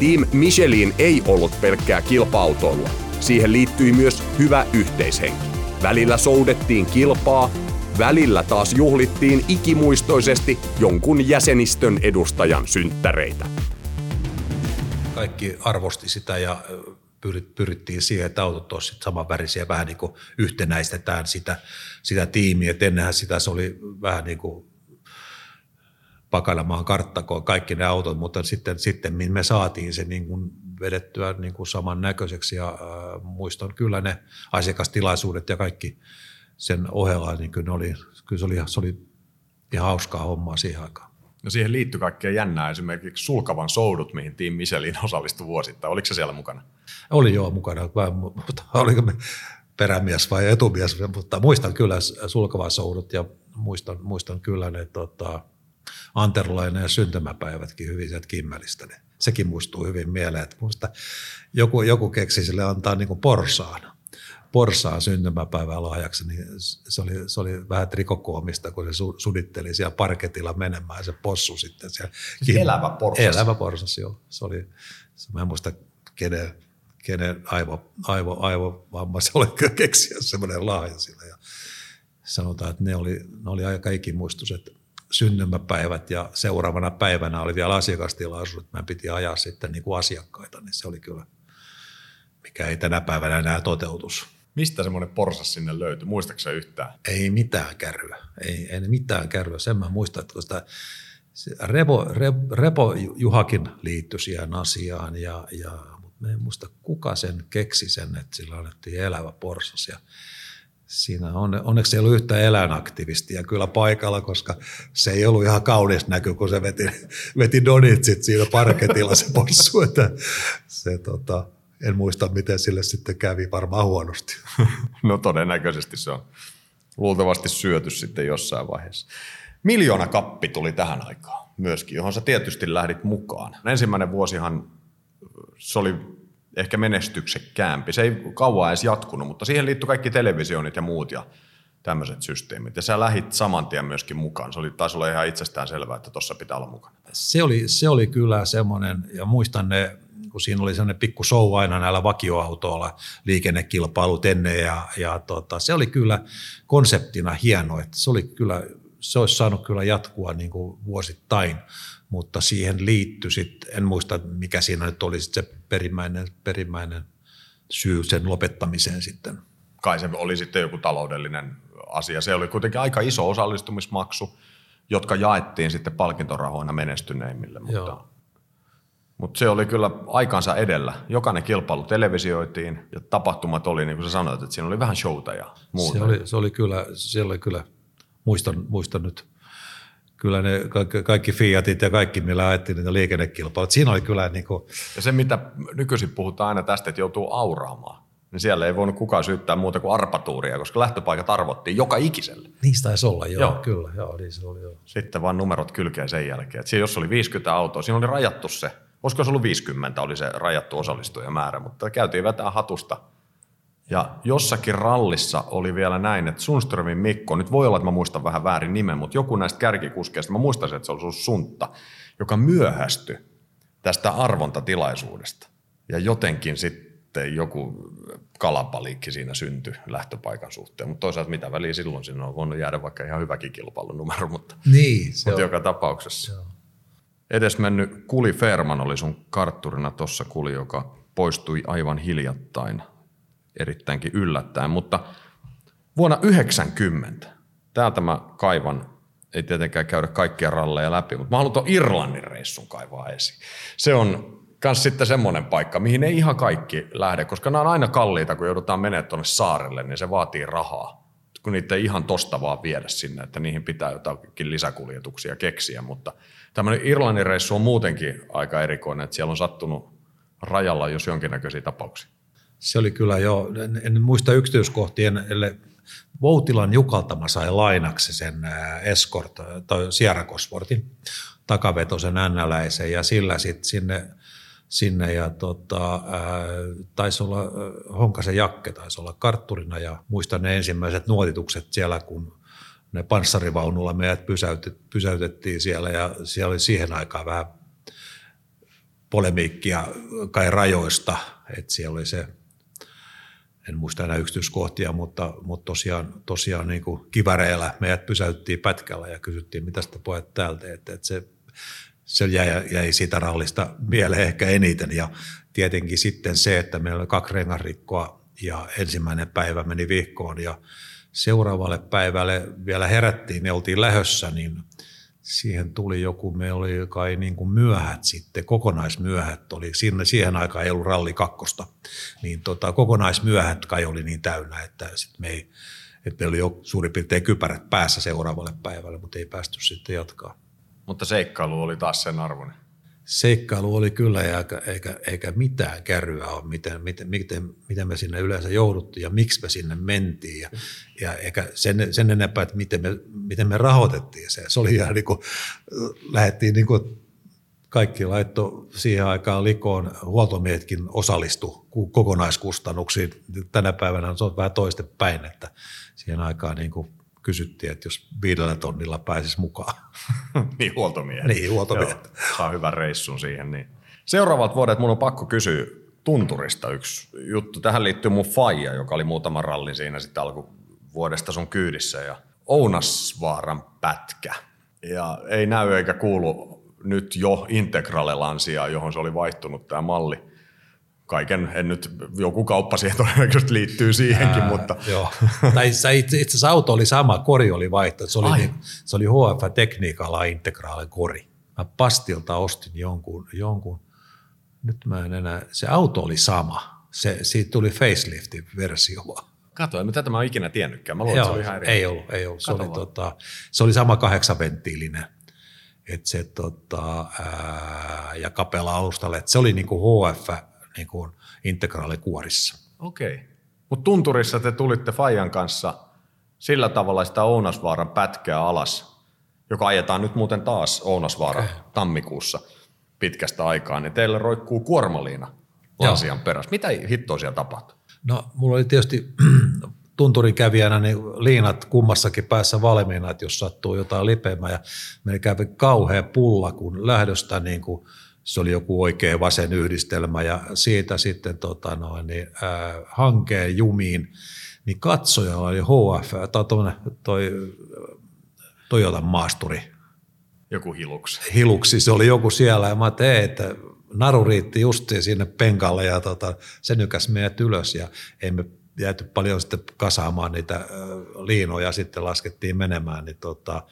Team Michelin ei ollut pelkkää kilpa-autoilua. Siihen liittyi myös hyvä yhteishenki. Välillä soudettiin kilpaa, välillä taas juhlittiin ikimuistoisesti jonkun jäsenistön edustajan synttäreitä. Kaikki arvosti sitä ja pyrittiin siihen, että autot olisivat samanvärisiä, vähän niin kuin yhtenäistetään sitä tiimiä. Et ennenhän sitä se oli vähän niin kuin Pakanamaan karttakoon kaikki ne autot, mutta sitten me saatiin se niin kuin vedettyä niin kuin samannäköiseksi ja muistan kyllä ne asiakastilaisuudet ja kaikki sen ohella, niin kyllä se oli ihan hauskaa hommaa siihen aikaan. No siihen liittyy kaikkea jännää, esimerkiksi sulkavan soudut, mihin Team Michelin osallistui vuosittain. Oliko se siellä mukana? Oli joo mukana, mutta oliko me perämies vai etumies, mutta muistan kyllä sulkavan soudut ja muistan kyllä ne Anterlainen ja syntymäpäivätkin hyvin sieltä Kimmelistä. Sekin muistuu hyvin mieleen, että muista joku keksi sille antaa niin kuin porsaan syntymäpäivän lahjaksi, niin se oli vähän trikokoomista, kun se suditteli siellä parketilla menemään se possu sitten. Siis elävä porsas? Elävä porsas, joo. Mä en muista kenen aivovamma se oli keksiä semmoinen lahja sillä. Ja sanotaan, että ne oli aika ikimuistuiset syntymäpäivät ja seuraavana päivänä oli vielä asiakastilaisuus, että mä piti ajaa sitten niin kuin asiakkaita, niin se oli kyllä, mikä ei tänä päivänä enää toteutus. Mistä semmoinen porsas sinne löytyi? Muistatko sä yhtään? Ei mitään kärryä. Ei mitään kärryä. Sen mä muistan, että kun sitä Repo Juhakin liittyi siihen asiaan, mutta en muista kuka sen keksi sen, että sillä annettiin elävä porsas. Ja siinä onneksi ei ollut yhtä eläinaktivistia kyllä paikalla, koska se ei ollut ihan kaunis näky, kun se veti donitsit siinä parketilla se porssu. Että en muista, miten sille sitten kävi, varmaan huonosti. No todennäköisesti se on luultavasti syöty sitten jossain vaiheessa. Miljoonakappi tuli tähän aikaan myöskin, johon sä tietysti lähdit mukaan. Ensimmäinen vuosihan se oli ehkä menestyksekkäämpi. Se ei kauan edes jatkunut, mutta siihen liittyi kaikki televisioonit ja muut ja tämmöiset systeemit. Ja sä lähit saman tien myöskin mukaan. Taisi olla ihan itsestään selvää, että tuossa pitää olla mukana. Se oli kyllä semmoinen, ja muistan ne, kun siinä oli semmoinen pikku show aina näillä vakioautoilla, liikennekilpailut ennen, ja se oli kyllä konseptina hieno, että se olisi saanut kyllä jatkua niin kuin vuosittain, mutta siihen liittyi sitten, en muista mikä siinä nyt oli sit se perimmäinen syy sen lopettamiseen sitten. Kai se oli sitten joku taloudellinen asia. Se oli kuitenkin aika iso osallistumismaksu, jotka jaettiin sitten palkintorahoina menestyneimmille, mutta se oli kyllä aikansa edellä. Jokainen kilpailu televisioitiin ja tapahtumat oli, niin kuin sä sanoit, että siinä oli vähän showta ja muuta. Se oli kyllä, muistan nyt. Kyllä ne kaikki Fiatit ja kaikki, millä ajettiin niitä liikennekilpailut. Siinä oli kyllä niin kuin... Ja se, mitä nykyisin puhutaan aina tästä, että joutuu auraamaan, niin siellä ei voinut kukaan syyttää muuta kuin arpatuuria, koska lähtöpaikat arvottiin joka ikiselle. Niistä taisi olla, kyllä. Joo, niin se oli, joo. Sitten vaan numerot kylkeen sen jälkeen. Että jos oli 50 autoa, siinä oli rajattu se. Olisiko se ollut 50, oli se rajattu osallistujamäärä, mutta käytiin vetää hatusta. Ja jossakin rallissa oli vielä näin, että Sundströmin Mikko, nyt voi olla, että mä muistan vähän väärin nimen, mutta joku näistä kärkikuskeista, mä muistaisin, että se oli Suntta, joka myöhästyi tästä arvontatilaisuudesta. Ja jotenkin sitten joku kalapaliikki siinä syntyi lähtöpaikan suhteen, mutta toisaalta mitä väliä silloin siinä on voinut jäädä vaikka ihan hyväkin kilpailunumero, mutta joka tapauksessa. Joo. Edesmennyt Kuli Ferman oli sun kartturina tuossa, Kuli, joka poistui aivan hiljattain. Erittäinkin yllättäen, mutta vuonna 1990, täältä mä kaivan, ei tietenkään käydä kaikkia ralleja läpi, mutta mä haluan tuon Irlannin reissun kaivaa esiin. Se on myös sitten semmoinen paikka, mihin ei ihan kaikki lähde, koska nämä on aina kalliita, kun joudutaan menemään tuonne saarelle, niin se vaatii rahaa, kun niitä ei ihan tosta vaan viedä sinne, että niihin pitää jotakin lisäkuljetuksia keksiä, mutta tämmöinen Irlannin reissu on muutenkin aika erikoinen, että siellä on sattunut rajalla jos jonkinnäköisiä tapauksia. Se oli kyllä jo, en muista yksityiskohtien, ellei Voutilan Jukalta mä sain lainaksi sen Escort, tai Sierra Coswortin takavetosen NLäisen ja sillä sitten sinne ja taisi olla Honkasen Jakke, taisi olla kartturina ja muistan ne ensimmäiset nuotitukset siellä, kun ne panssarivaunulla meidät pysäytettiin siellä ja siellä oli siihen aikaan vähän polemiikkia kai rajoista, että siellä oli se, en muista enää yksityiskohtia, mutta tosiaan niin kuin kiväreillä meidät pysäyttiin pätkällä ja kysyttiin, mitä sitä pojat täältä, että se jäi siitä rallista mieleen ehkä eniten ja tietenkin sitten se, että meillä oli 2 rengasrikkoa ja ensimmäinen päivä meni vihkoon ja seuraavalle päivälle vielä herättiin, me oltiin lähössä, niin siihen tuli joku, me oli kai niin kuin myöhät sitten, kokonaismyöhät oli, siihen aikaan ei ollut ralli 2, niin kokonaismyöhät kai oli niin täynnä, että sitten meillä oli jo suurin piirtein kypärät päässä seuraavalle päivälle, mutta ei päästy sitten jatkaa. Mutta seikkailu oli taas sen arvoinen. Seikkailu oli kyllä eikä mitään kärryä ole, miten me sinne yleensä jouduttiin ja miksi me sinne mentiin ja eikä sen enempää, että miten me rahoitettiin se. Se oli ihan niin kuin, lähdettiin niin kuin kaikki laittoi siihen aikaan likoon, huoltomiehetkin osallistu kokonaiskustannuksiin. Tänä päivänä se on vähän toistepäin, että siihen aikaan niin kuin kysyttiin, että jos 5 tonnilla pääsisi mukaan. Niin huoltomiehet. Niin huoltomiehet. Saa hyvän reissun siihen. Niin. Seuraavat vuodet mun on pakko kysyä tunturista yksi juttu. Tähän liittyy mun faija, joka oli muutaman rallin siinä sitten alkuvuodesta sun kyydissä. Ja Ounasvaaran pätkä. Ja ei näy eikä kuulu nyt jo Integrale-lansia, johon se oli vaihtunut tämä malli. Joku kauppa siihen todennäköisesti liittyy siihenkin, mutta... Joo. Tai itse asiassa auto oli sama, kori oli vaihto. Se oli HF-tekniikalla Integrale kori. Mä Pastilta ostin jonkun, nyt mä en enää, se auto oli sama. Siitä tuli faceliftin versio vaan. Kato, tätä mä oon ikinä tiennytkään. Mä luulen, että se oli ihan eri. Ei ollut. Se oli sama 8-venttiilinen. Ja kapela alustalle. Et se oli niinku HF niin kuin Integrale-kuorissa. Okei. Mutta tunturissa te tulitte faijan kanssa sillä tavalla sitä Ounasvaaran pätkää alas, joka ajetaan nyt muuten taas Ounasvaara tammikuussa pitkästä aikaa, niin teillä roikkuu kuormaliina lansian perässä. Mitä hittoa siellä tapahtui? No mulla oli tietysti tunturin kävijänä niin liinat kummassakin päässä valmiina, että jos sattuu jotain lipeämään ja meillä kävi kauhea pulla, kun lähdöstä niin kuin se oli joku oikea vasen yhdistelmä ja siitä sitten hankeen jumiin, niin katsojalla oli HF, toi Toyotan maasturi. Joku hiluksi. Hiluksi, se oli joku siellä ja mä ajattelin, että naru riitti justiin sinne penkalle ja se nykäs meidät ylös ja emme jääty paljon sitten kasaamaan niitä liinoja, sitten laskettiin menemään, niin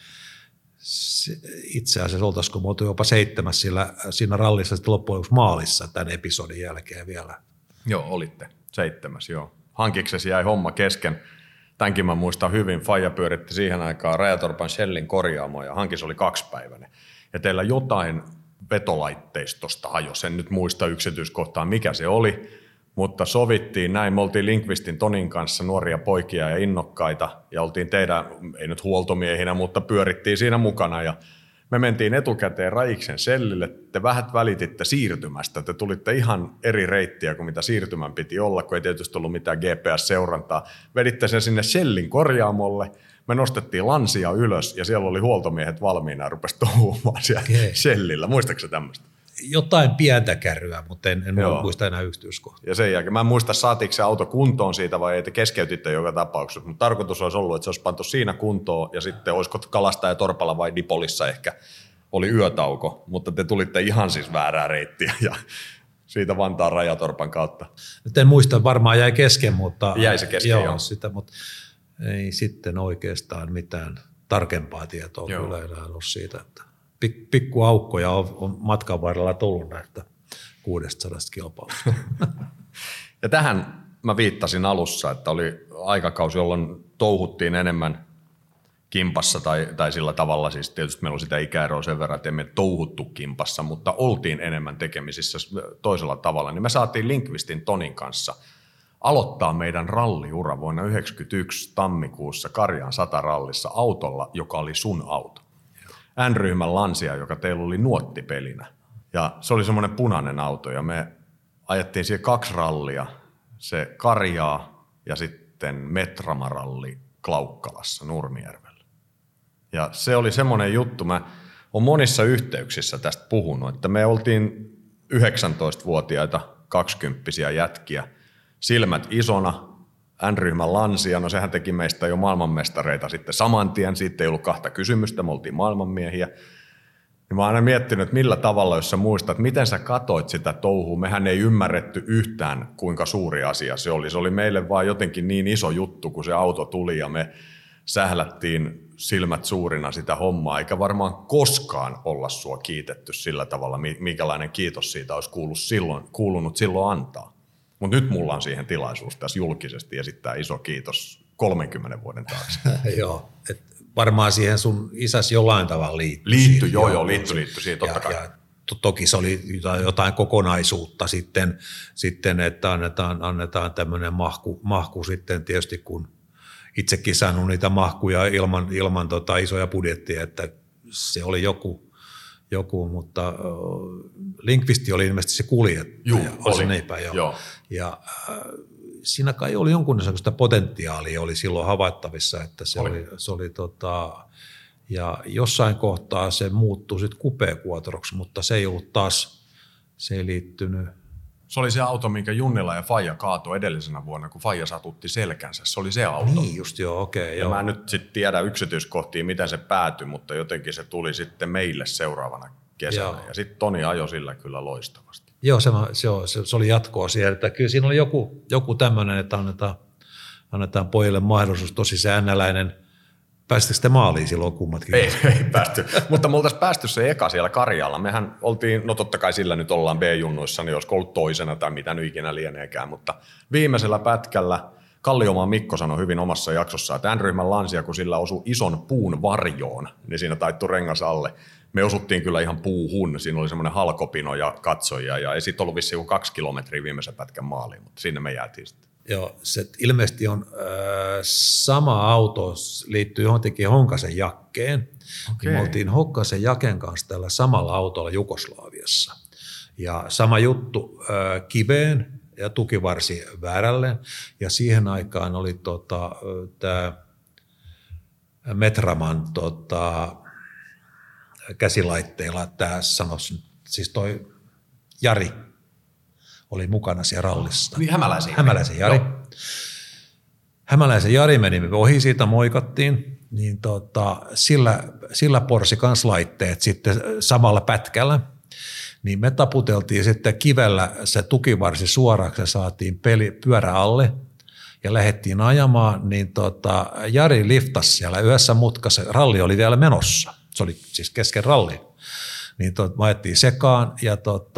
itse asiassa oltaisiko me oltu jopa 7 siinä rallissa sitten loppujen lopuksi maalissa tämän episodin jälkeen vielä. Joo, olitte 7, joo. Hankiksesi jäi homma kesken. Tämänkin mä muistan hyvin. Faija pyöritti siihen aikaan Rajatorpan Shellin korjaamoa ja hankis oli 2-päiväinen. Ja teillä jotain vetolaitteistosta hajosi. En nyt muista yksityiskohtaa, mikä se oli, mutta sovittiin näin. Me oltiin Linkvistin Tonin kanssa nuoria poikia ja innokkaita ja oltiin teidän, ei nyt huoltomiehinä, mutta pyörittiin siinä mukana ja me mentiin etukäteen Rajiksen Shellille. Te vähän välititte siirtymästä. Te tulitte ihan eri reittiä kuin mitä siirtymän piti olla, kun ei tietysti ollut mitään GPS-seurantaa. Veditte sen sinne Shellin korjaamolle. Me nostettiin lansia ylös ja siellä oli huoltomiehet valmiina ja rupesi touhumaan siellä Shellillä. Muistatko tämmöistä? Jotain pientä kärryä, mutta en muista enää yksityiskohtaa. Ja sen jälkeen, mä en muista saatiinko se auto kuntoon siitä vai ei, te keskeytitte joka tapauksessa, mutta tarkoitus olisi ollut, että se olisi pantu siinä kuntoon ja sitten olisiko Kalastaja Torpalla vai Dipolissa ehkä oli yötauko, mutta te tulitte ihan siis väärää reittiä ja siitä Vantaan Rajatorpan kautta. Nyt en muista, varmaan jäi kesken, mutta... Jäi se kesken, joo. Mutta ei sitten oikeastaan mitään tarkempaa tietoa kyllä enää ollut siitä, että... Pikku aukkoja on matkan varrella tullut näistä 600 kilpailusta. Ja tähän mä viittasin alussa, että oli aikakausi, jolloin touhuttiin enemmän kimpassa tai sillä tavalla, siis tietysti meillä on sitä ikäeroa sen verran, että emme touhuttu kimpassa, mutta oltiin enemmän tekemisissä toisella tavalla. Niin me saatiin Linkvistin Tonin kanssa aloittaa meidän ralliura vuonna 1991 tammikuussa Karjaan 100-rallissa autolla, joka oli sun auto. N-ryhmän lansia, joka teillä oli nuottipelinä. Ja se oli semmoinen punainen auto ja me ajettiin siihen 2 rallia. Se Karjaa ja sitten Metramaralli Klaukkalassa Nurmijärvellä. Ja se oli semmoinen juttu, mä oon monissa yhteyksissä tästä puhunut, että me oltiin 19-vuotiaita 20-vuotiaita jätkiä, silmät isona, N-ryhmän lansia, no sehän teki meistä jo maailmanmestareita sitten saman tien, siitä ei ollut kahta kysymystä, me oltiin maailmanmiehiä. Ja mä oon aina miettinyt, että millä tavalla, jos sä muistat, miten sä katoit sitä touhua, mehän ei ymmärretty yhtään, kuinka suuri asia se oli. Se oli meille vaan jotenkin niin iso juttu, kun se auto tuli ja me sählättiin silmät suurina sitä hommaa, eikä varmaan koskaan olla sua kiitetty sillä tavalla, minkälainen kiitos siitä olisi kuulunut silloin antaa. Mutta nyt mulla on siihen tilaisuus tässä julkisesti esittää iso kiitos 30 vuoden taakse. Joo, varmaan siihen sun isäsi jollain tavalla liittyy. Liittyy siihen totta kai. Ja toki se oli jotain kokonaisuutta sitten että annetaan tämmöinen mahku sitten tietysti, kun itsekin saanut niitä mahkuja ilman isoja budjettia, että se oli joku, mutta Lindqvist oli ilmeisesti se kuljettaja. Joo. Ja siinä kai oli jonkunlaista potentiaalia oli silloin havaittavissa, että se oli ja jossain kohtaa se muuttui sitten kupeakuotoroksi, mutta se ei ollut taas, se ei liittynyt. Se oli se auto, minkä Junnila ja Faija kaatoi edellisenä vuonna, kun Faija satutti selkänsä. Se oli se auto. Niin just joo, okei. Ja mä nyt sitten tiedä yksityiskohtia, miten se päätyi, mutta jotenkin se tuli sitten meille seuraavana kesänä. Joo. Ja sitten Toni ajoi sillä kyllä loistavasti. Joo, se oli jatkoa siihen, että kyllä siinä oli joku tämmöinen, että annetaan pojille mahdollisuus, tosi se ännäläinen. Päästikö sitten maaliin silloin kummatkin? Ei päästy, mutta me oltaisiin päästy se eka siellä Karjalla. Mehän oltiin, no totta kai sillä nyt ollaan B-junnuissa, niin olisiko ollut toisena tai mitä nyt ikinä lieneekään, mutta viimeisellä pätkällä Kalliomaan Mikko sanoi hyvin omassa jaksossa, että N-ryhmän lansia, kun sillä osui ison puun varjoon, niin siinä taittui rengas alle. Me osuttiin kyllä ihan puuhun, siinä oli semmoinen halkopino ja katsojia ja ei siitä ollut vissiin kuin 2 kilometriä viimeisen pätkän maaliin, mutta sinne me jäätiin sitten. Joo, se ilmeisesti on sama auto, liittyy johonkin Honkasen Jakkeen. Okay. Me oltiin Honkasen Jaken kanssa tällä samalla autolla Jugoslaviassa. Ja sama juttu kiveen ja tukivarsi väärälle. Ja siihen aikaan oli tämä Metraman käsilaitteilla, tämä sanoisi, siis toi Jari oli mukana siellä rallissa. Niin Hämäläisen Jari. Joo. Hämäläisen Jari meni ohi, siitä moikattiin, niin sillä porsi kans laitteet sitten samalla pätkällä. Niin me taputeltiin sitten kivellä se tukivarsi suoraksi ja saatiin pyörä alle ja lähdettiin ajamaan, niin Jari liftasi siellä yhdessä mutkassa, ralli oli vielä menossa, se oli siis kesken ralli. Niin me ajettiin sekaan ja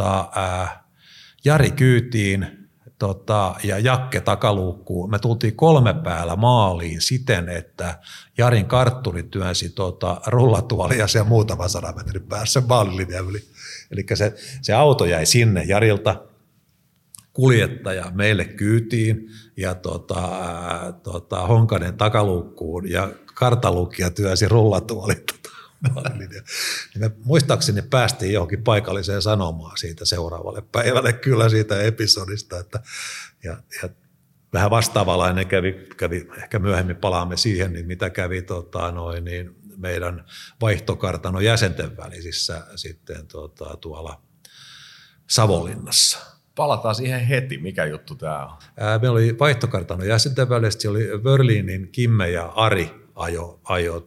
Jari kyytiin ja Jakke takaluukkuun. Me tultiin 3 päällä maaliin siten, että Jarin kartturi työnsi rullatuolia siellä muutaman 100 metrin päässä maalilinjan yli. Eli se auto jäi sinne Jarilta, kuljettaja meille kyytiin ja Honkanen takaluukkuun ja kartaluukkia työnsi rullatuolit. Me muistaakseni päästiin johonkin paikalliseen sanomaan siitä seuraavalle päivälle kyllä siitä episodista, ja vähän vastaavalainen kävi, ehkä myöhemmin palaamme siihen, niin mitä kävi niin meidän vaihtokartanon jäsenten välisissä sitten tuolla Savonlinnassa. Palataan siihen heti, mikä juttu tämä on? Meillä oli vaihtokartanon jäsenten välistä, oli Wörlinin Kimme ja Ari ajo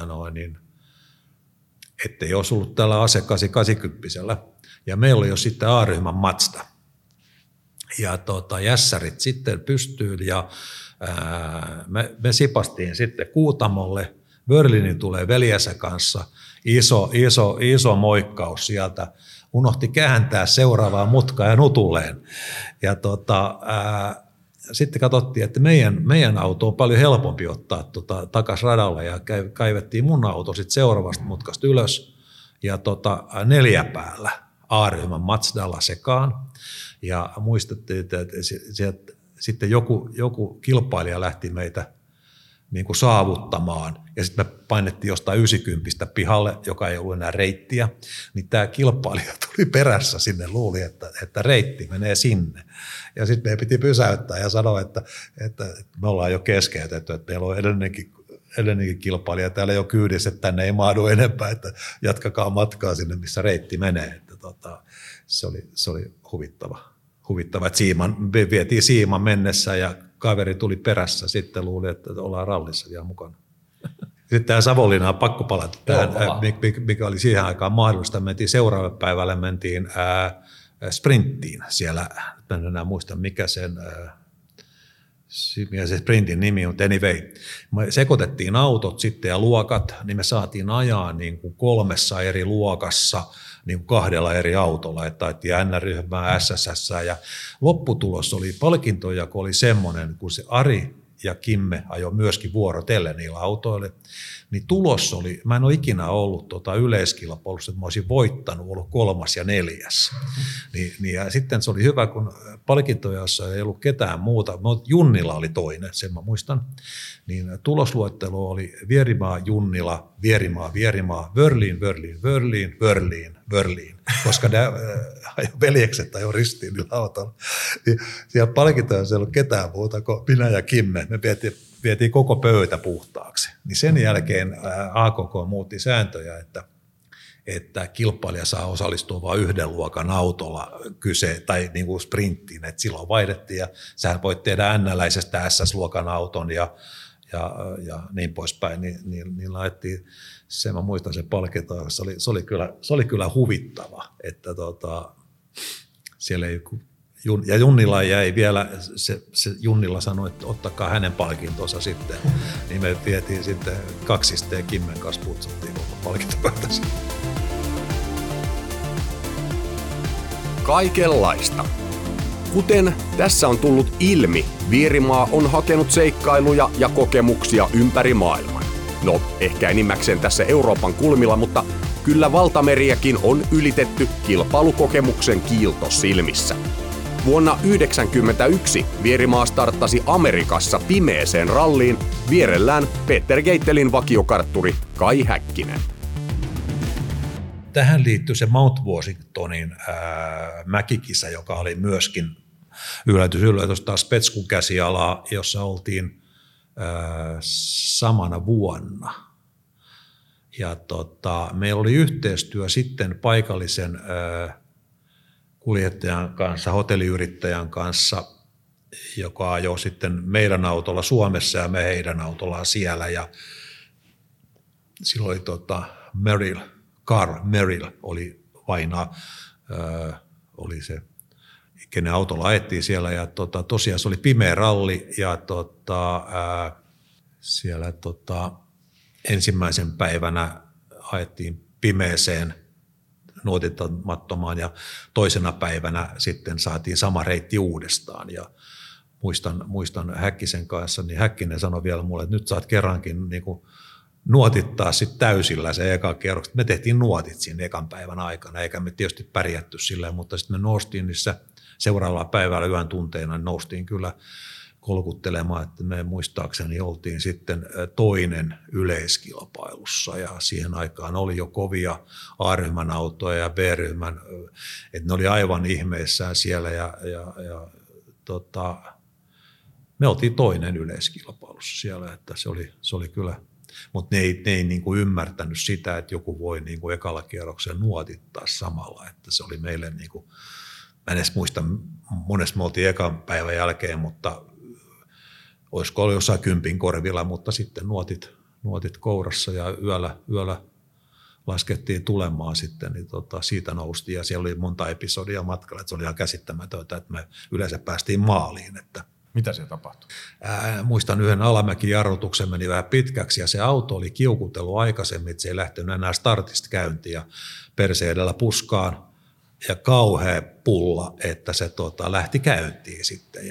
ettei olisi ollut tällä ASE 880. Ja meillä oli jo sitten A-ryhmän Mazda. Ja jässärit sitten pystyyn ja me sipastiin sitten Kuutamolle. Wörlinin tulee veljensä kanssa. Iso moikkaus sieltä. Unohti kääntää seuraavaan mutkaan ja nutuleen. Ja sitten katsottiin, että meidän auto on paljon helpompi ottaa takaisin radalle ja kaivettiin mun auto sitten seuraavasta mutkasta ylös ja 4 päällä A-ryhmän Mazdalla sekaan. Ja muistettiin, että sitten joku kilpailija lähti meitä niin kuin saavuttamaan ja sitten me painettiin jostain 90 pihalle, joka ei ollut enää reittiä, niin tämä kilpailija tuli perässä sinne, luuli, että reitti menee sinne. Ja sitten meidän piti pysäyttää ja sanoa, että me ollaan jo keskeytetty, että meillä on edelleenkin edelleenkin kilpailija täällä jo kyydissä, että tänne ei mahdu enempää, että jatkakaa matkaa sinne, missä reitti menee. Että se oli huvittava, että vietiin siiman mennessä ja kaveri tuli perässä, sitten luuli, että ollaan rallissa vielä mukana. Sitten tähän Savonlinnaan pakko palata tähän, mikä oli siihen aikaan mahdollista. Mentiin seuraavalle päivälle, sprinttiin siellä, en enää muista mikä se sprintin nimi, mutta anyway. Me sekoitettiin autot sitten ja luokat, niin me saatiin ajaa niin kuin 3 eri luokassa, niin kuin 2 eri autolla, että taittiin N-ryhmää, SSS, ja lopputulos oli palkintoja, kun oli semmoinen, kun se Ari ja Kimme ajoi myöskin vuorotellen niillä autoille, niin tulos oli, mä en ole ikinä ollut yleiskilpailussa, että mä olisin voittanut, ollut 3. ja 4. Ja sitten se oli hyvä, kun palkintojaossa ei ollut ketään muuta, Junnila oli toinen, sen mä muistan, niin tulosluettelo oli Vierimaa, Junnila, Vierimaa, Wörlin, koska nämä veljekset ajoi ristiin niillä autolla. Siellä palkintojaossa ei ollut ketään muuta kuin minä ja Kimme, me vietiin koko pöytä puhtaaksi. Niin sen jälkeen AKK muutti sääntöjä, että kilpailija saa osallistua vain 1 luokan autolla tai niin kuin sprinttiin, että silloin vaihdettiin ja sähän voit tehdä NL-läisestä SS-luokan auton ja niin poispäin, niin laitettiin, mä muistan sen palkinto, se oli kyllä huvittava, että siellä ei ja Junnila jäi vielä, se Junnila sanoi, että ottakaa hänen palkintonsa sitten, niin me vietiin sitten 2 ja Kimmen kanssa putsattiin koko palkintopöytäsi. Kaikenlaista. Kuten tässä on tullut ilmi, Vierimaa on hakenut seikkailuja ja kokemuksia ympäri maailman. No, ehkä enimmäkseen tässä Euroopan kulmilla, mutta kyllä valtameriäkin on ylitetty kilpailukokemuksen kiilto silmissä. Vuonna 1991 Vierimaa starttasi Amerikassa pimeeseen ralliin vierellään Peter Geitelin vakiokartturi Kai Häkkinen. Tähän liittyy se Mount Washingtonin mäkikisa, joka oli myöskin yllätys taas Spetskun käsialaa, jossa oltiin samana vuonna. Ja meillä oli yhteistyö sitten paikallisen kuljettajan kanssa, hotelliyrittäjän kanssa, joka ajoi sitten meidän autolla Suomessa ja me heidän autollaan siellä. Ja silloin oli Carl Merrill oli vainaa, oli se, kenen autolla ajettiin siellä. Ja tosiaan se oli pimeä ralli ja siellä ensimmäisen päivänä ajettiin pimeeseen nuotitamattomaan ja toisena päivänä sitten saatiin sama reitti uudestaan ja muistan Häkkisen kanssa, niin Häkkinen sanoi vielä mulle, että nyt saat kerrankin niin kuin nuotittaa sitten täysillä se eka kerros. Me tehtiin nuotit siinä ekan päivän aikana, eikä me tietysti pärjätty silleen, mutta sitten me noustiin niissä seuraavalla päivällä yön tunteina, niin noustiin kyllä kolkuttelemaan, että me muistaakseni oltiin sitten toinen yleiskilpailussa ja siihen aikaan oli jo kovia A-ryhmän autoja ja B-ryhmän, että ne oli aivan ihmeissään siellä ja me oltiin toinen yleiskilpailussa siellä, että se oli kyllä, mutta ne ei niin kuin ymmärtänyt sitä, että joku voi niin kuin ekalla kierroksella nuotittaa samalla, että se oli meille niin kuin, mä en edes muista, monesti me oltiin ekan päivän jälkeen, mutta olisiko ollut jossain 10 korvilla, mutta sitten nuotit kourassa ja yöllä laskettiin tulemaan sitten, niin siitä noustiin ja siellä oli monta episodia matkalla, että se oli ihan käsittämätöntä, että me yleensä päästiin maaliin. Että mitä se tapahtui? Muistan yhden alamäkijarrutuksen meni vähän pitkäksi ja se auto oli kiukutellut aikaisemmin, että se ei lähtenyt enää startista käyntiin ja perse edellä puskaan ja kauhea pulla, että se lähti käyntiin sitten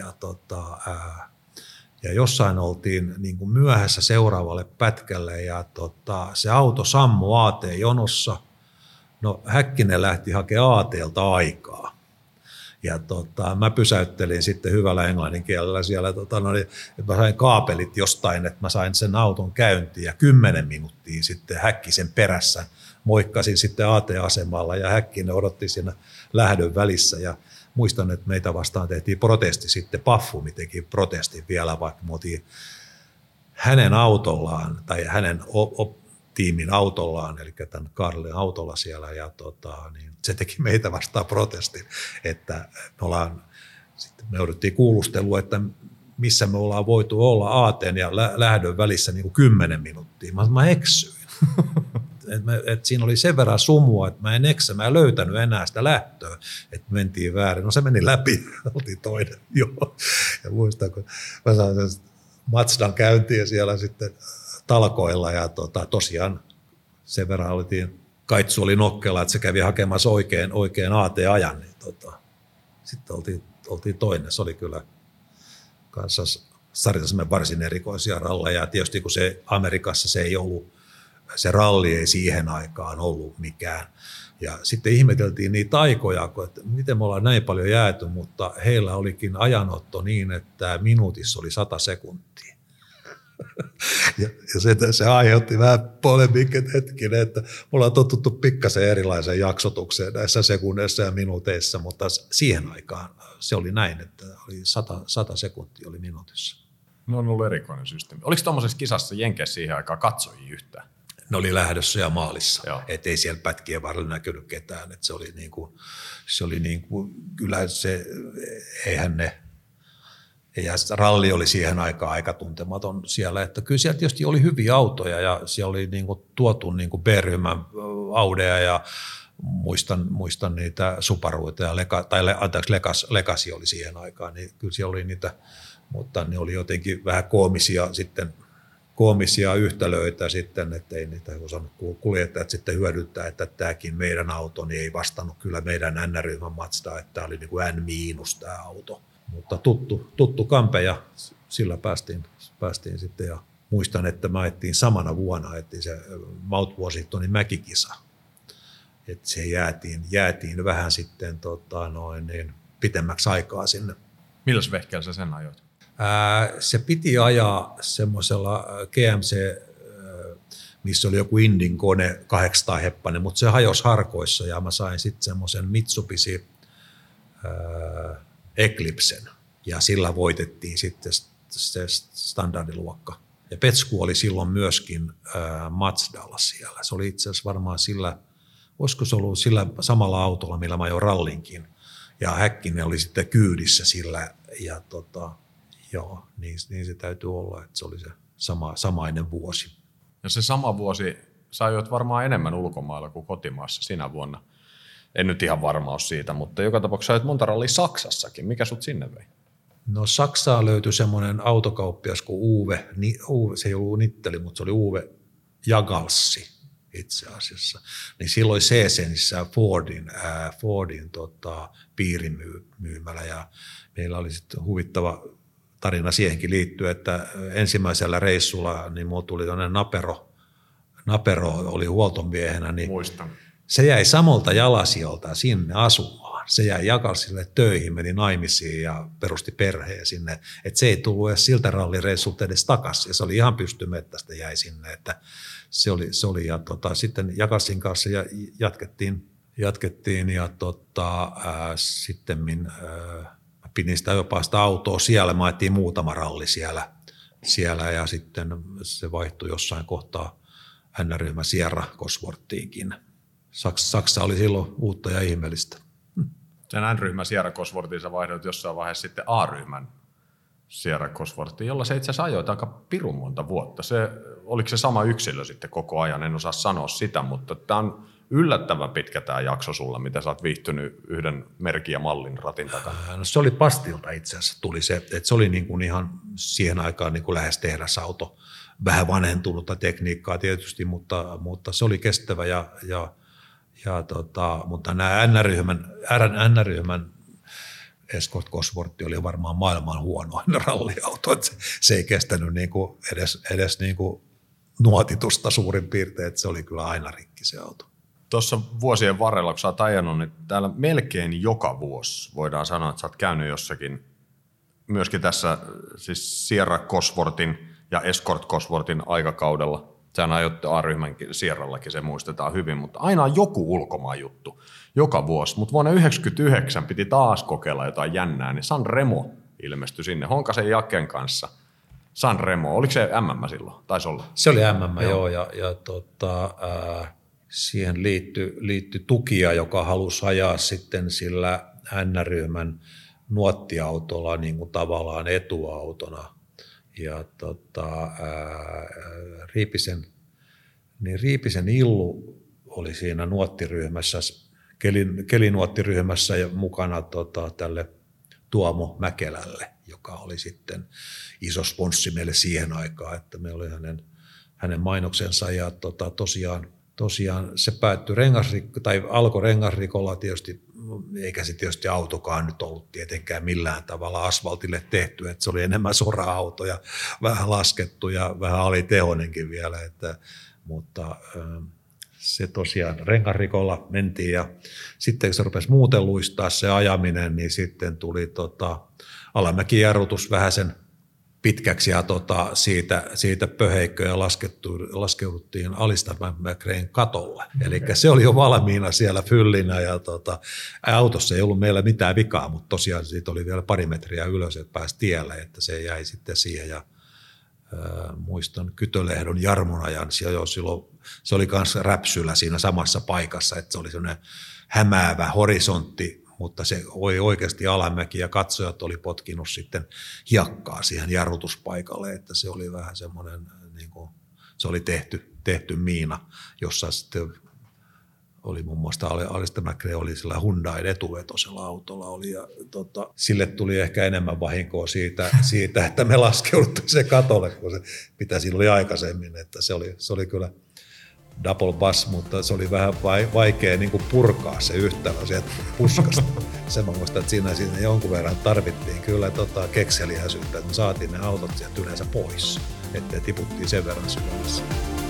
ja jossain oltiin niin kuin myöhässä seuraavalle pätkälle ja se auto sammui AT-jonossa. No Häkkinen lähti hakemaan AT:lta aikaa. Ja mä pysäyttelin sitten hyvällä englannin kielellä siellä, että mä sain kaapelit jostain, että mä sain sen auton käyntiin ja 10 minuuttia sitten Häkkisen perässä. Moikkasin sitten AT-asemalla ja Häkkinen odotti siinä lähdön välissä ja muistan, että meitä vastaan tehtiin protesti sitten, Paffumi teki protestin vielä, vaikka me oltiin hänen autollaan tai hänen tiimin autollaan, eli tämän Karlin autolla siellä, ja niin se teki meitä vastaan protestin, että me jouduttiin kuulustelua, että missä me ollaan voitu olla aateen ja lähdön välissä niin kuin 10 minuuttia. Mä eksyin. Et siinä oli sen verran sumua, että mä en löytänyt enää sitä lähtöä, että mentiin väärin. No se meni läpi, oltiin toinen. Joo. Ja muistan, kun mä sain Mazdan käyntiin siellä sitten talkoilla ja tosiaan sen verran kaitsu oli nokkela, että se kävi hakemassa oikein AT-ajan. Niin sitten oltiin toinen. Se oli kyllä kanssa sarjassa varsin erikoisia ralleja. Tietysti kun se Amerikassa se ralli ei siihen aikaan ollut mikään. Ja sitten ihmeteltiin niitä aikoja, että miten me ollaan näin paljon jääty, mutta heillä olikin ajanotto niin, että minuutissa oli 100 sekuntia. Ja se aiheutti vähän polemiikin hetkinen, että me ollaan totuttu pikkasen erilaiseen jaksotukseen näissä sekunneissa ja minuuteissa, mutta siihen aikaan se oli näin, että oli 100 sekuntia oli minuutissa. No on ollut erikoinen systeemi. Oliko tuommoisessa kisassa Jenkeissä siihen aikaan katsojia yhtään? Ne oli lähdössä ja maalissa, ettei siellä pätkien varrella näkynyt ketään, että se oli niin kuin kyllä se, ralli oli siihen aikaan aika tuntematon siellä, että kyllä siellä tietysti oli hyviä autoja ja siellä oli niin kuin tuotu niin kuin B-ryhmän Audeja ja muistan niitä Subaruita ja Legasi oli siihen aikaan, niin kyllä siellä oli niitä, mutta ne oli jotenkin vähän koomisia yhtälöitä sitten, ettei niitä osannut kuljettajat sitten hyödyntää, että tämäkin meidän auto niin ei vastannut kyllä meidän N-ryhmän Mazdaa, että tämä oli niin kuin N- tämä auto. Mutta tuttu kampe ja sillä päästiin sitten ja muistan, että mä ajettiin samana vuonna, että se Mount Washingtonin mäkikisa. Että se jäätiin vähän sitten pitemmäksi aikaa sinne. Milläs vehkeellä sä sen ajoit? Se piti ajaa semmoisella GMC, missä oli joku Indin kone 800-heppainen, mutta se hajosi harkoissa ja mä sain sitten semmoisen Mitsubishi Eclipsen ja sillä voitettiin sitten se standardiluokka. Ja Petsku oli silloin myöskin Mazdalla siellä. Se oli itse asiassa varmaan olisiko se ollut sillä samalla autolla, millä mä ajoin rallinkin. Ja Häkkinen oli sitten kyydissä sillä ja joo, niin se täytyy olla, että se oli se samainen vuosi. Ja se sama vuosi, sä ajoit varmaan enemmän ulkomailla kuin kotimaassa sinä vuonna. En nyt ihan varma ole siitä, mutta joka tapauksessa sä ajoit monta rallia Saksassakin. Mikä sut sinne vei? No Saksaa löytyi semmoinen autokauppias kuin Uwe, se ei ollut Nitteli, mutta se oli Uwe Jagalsi itse asiassa. Niin silloin Seesenissä Fordin piirimyymälä ja meillä oli sitten huvittava tarina siihenkin liittyy, että ensimmäisellä reissulla niin mulla tuli tämmöinen Napero oli huoltomiehenä, niin muistan. Se jäi samolta Jalasiolta sinne asumaan. Se jäi Jakalsille töihin, meni naimisiin ja perusti perheen sinne. Että se ei tullut edes siltä rallireissulta edes takaisin. Ja se oli ihan pystymettästä jäi sinne. Että se oli ja sitten Jakalsin kanssa jatkettiin ja sitten pidin sitä jopa sitä autoa siellä. Mä ajettiin muutama ralli siellä ja sitten se vaihtui jossain kohtaa N-ryhmä Sierra Cosworthiinkin. Saksa oli silloin uutta ja ihmeellistä. Sen N-ryhmän Sierra Cosworthiin sä vaihdoit jossain vaiheessa sitten A-ryhmän Sierra Cosworthiin, jolla se itse asiassa ajoit aika pirun monta vuotta. Oliko se sama yksilö sitten koko ajan? En osaa sanoa sitä, mutta tämä on yllättävän pitkä tämä jakso sulla, mitä sä oot viihtynyt yhden merkin ja mallin ratin takana. No se oli Pastilta itse asiassa tuli se, että se oli niin kuin ihan siihen aikaan niin kuin lähes tehdasauto. Vähän vanhentunutta tekniikkaa tietysti, mutta se oli kestävä mutta nämä N-ryhmän Escort Cosworth oli varmaan maailman huonoin ralliauto, että se ei kestänyt niinku edes niinku nuotitusta suurin piirtein, että se oli kyllä aina rikki se auto. Tuossa vuosien varrella, kun sä oot ajanut, niin täällä melkein joka vuosi voidaan sanoa, että sä oot käynyt jossakin, myöskin tässä siis Sierra Cosworthin ja Escort Cosworthin aikakaudella. Sehän ajoitte A-ryhmän Sierrallakin, se muistetaan hyvin, mutta aina on joku ulkomaan juttu joka vuosi. Mutta vuonna 1999 piti taas kokeilla jotain jännää, niin San Remo ilmestyi sinne Honkasen Jaken kanssa. Sanremo, oliko se MM silloin? Taisi olla. Se oli MM, joo ja siihen liittyi tukia, joka halusi ajaa sitten sillä N-ryhmän nuottiautolla niin kuin tavallaan etuautona. Ja Riipisen Illu oli siinä nuottiryhmässä, kelinuottiryhmässä ja mukana tälle Tuomo Mäkelälle, joka oli sitten iso sponssi meille siihen aikaan, että me oli hänen mainoksensa ja tosiaan se päättyi alkoi rengasrikolla tietysti, eikä se tietysti autokaan nyt ollut tietenkään millään tavalla asfaltille tehty, että se oli enemmän sora-auto ja vähän laskettu ja vähän alitehoinenkin vielä, mutta se tosiaan rengasrikolla mentiin ja sitten kun se rupesi muuten luistaa se ajaminen, niin sitten tuli alamäkijarrutus vähän sen pitkäksi ja siitä pöheikköjä laskeuduttiin Alistamäkreen katolle. Eli se oli jo valmiina siellä fyllinä ja autossa ei ollut meillä mitään vikaa, mutta tosiaan siitä oli vielä pari metriä ylös, että pääsi tielle, että se jäi sitten siihen ja muistan Kytölehdon Jarmon ajan, silloin se oli myös räpsyllä siinä samassa paikassa, että se oli sellainen hämäävä horisontti, mutta se oli oikeasti alamäki ja katsojat oli potkinut sitten hiekkaa siihen jarrutuspaikalle, että se oli vähän semmoinen, niin kuin, se oli tehty miina, jossa sitten oli muun muassa Alistamäkre oli sillä Hyundain etuvetoisella autolla oli ja sille tuli ehkä enemmän vahinkoa siitä että me laskeuduttiin se katolle, kuin se mitä siinä oli aikaisemmin, että se oli kyllä double bass, mutta se oli vähän vaikea niin kuin purkaa se yhtälö sieltä puskasta. Sen mä muistan, että siinä jonkun verran tarvittiin kyllä kekseliäisyyttä, että me saatiin ne autot sieltä yleensä pois, ettei tiputtiin sen verran syvässä.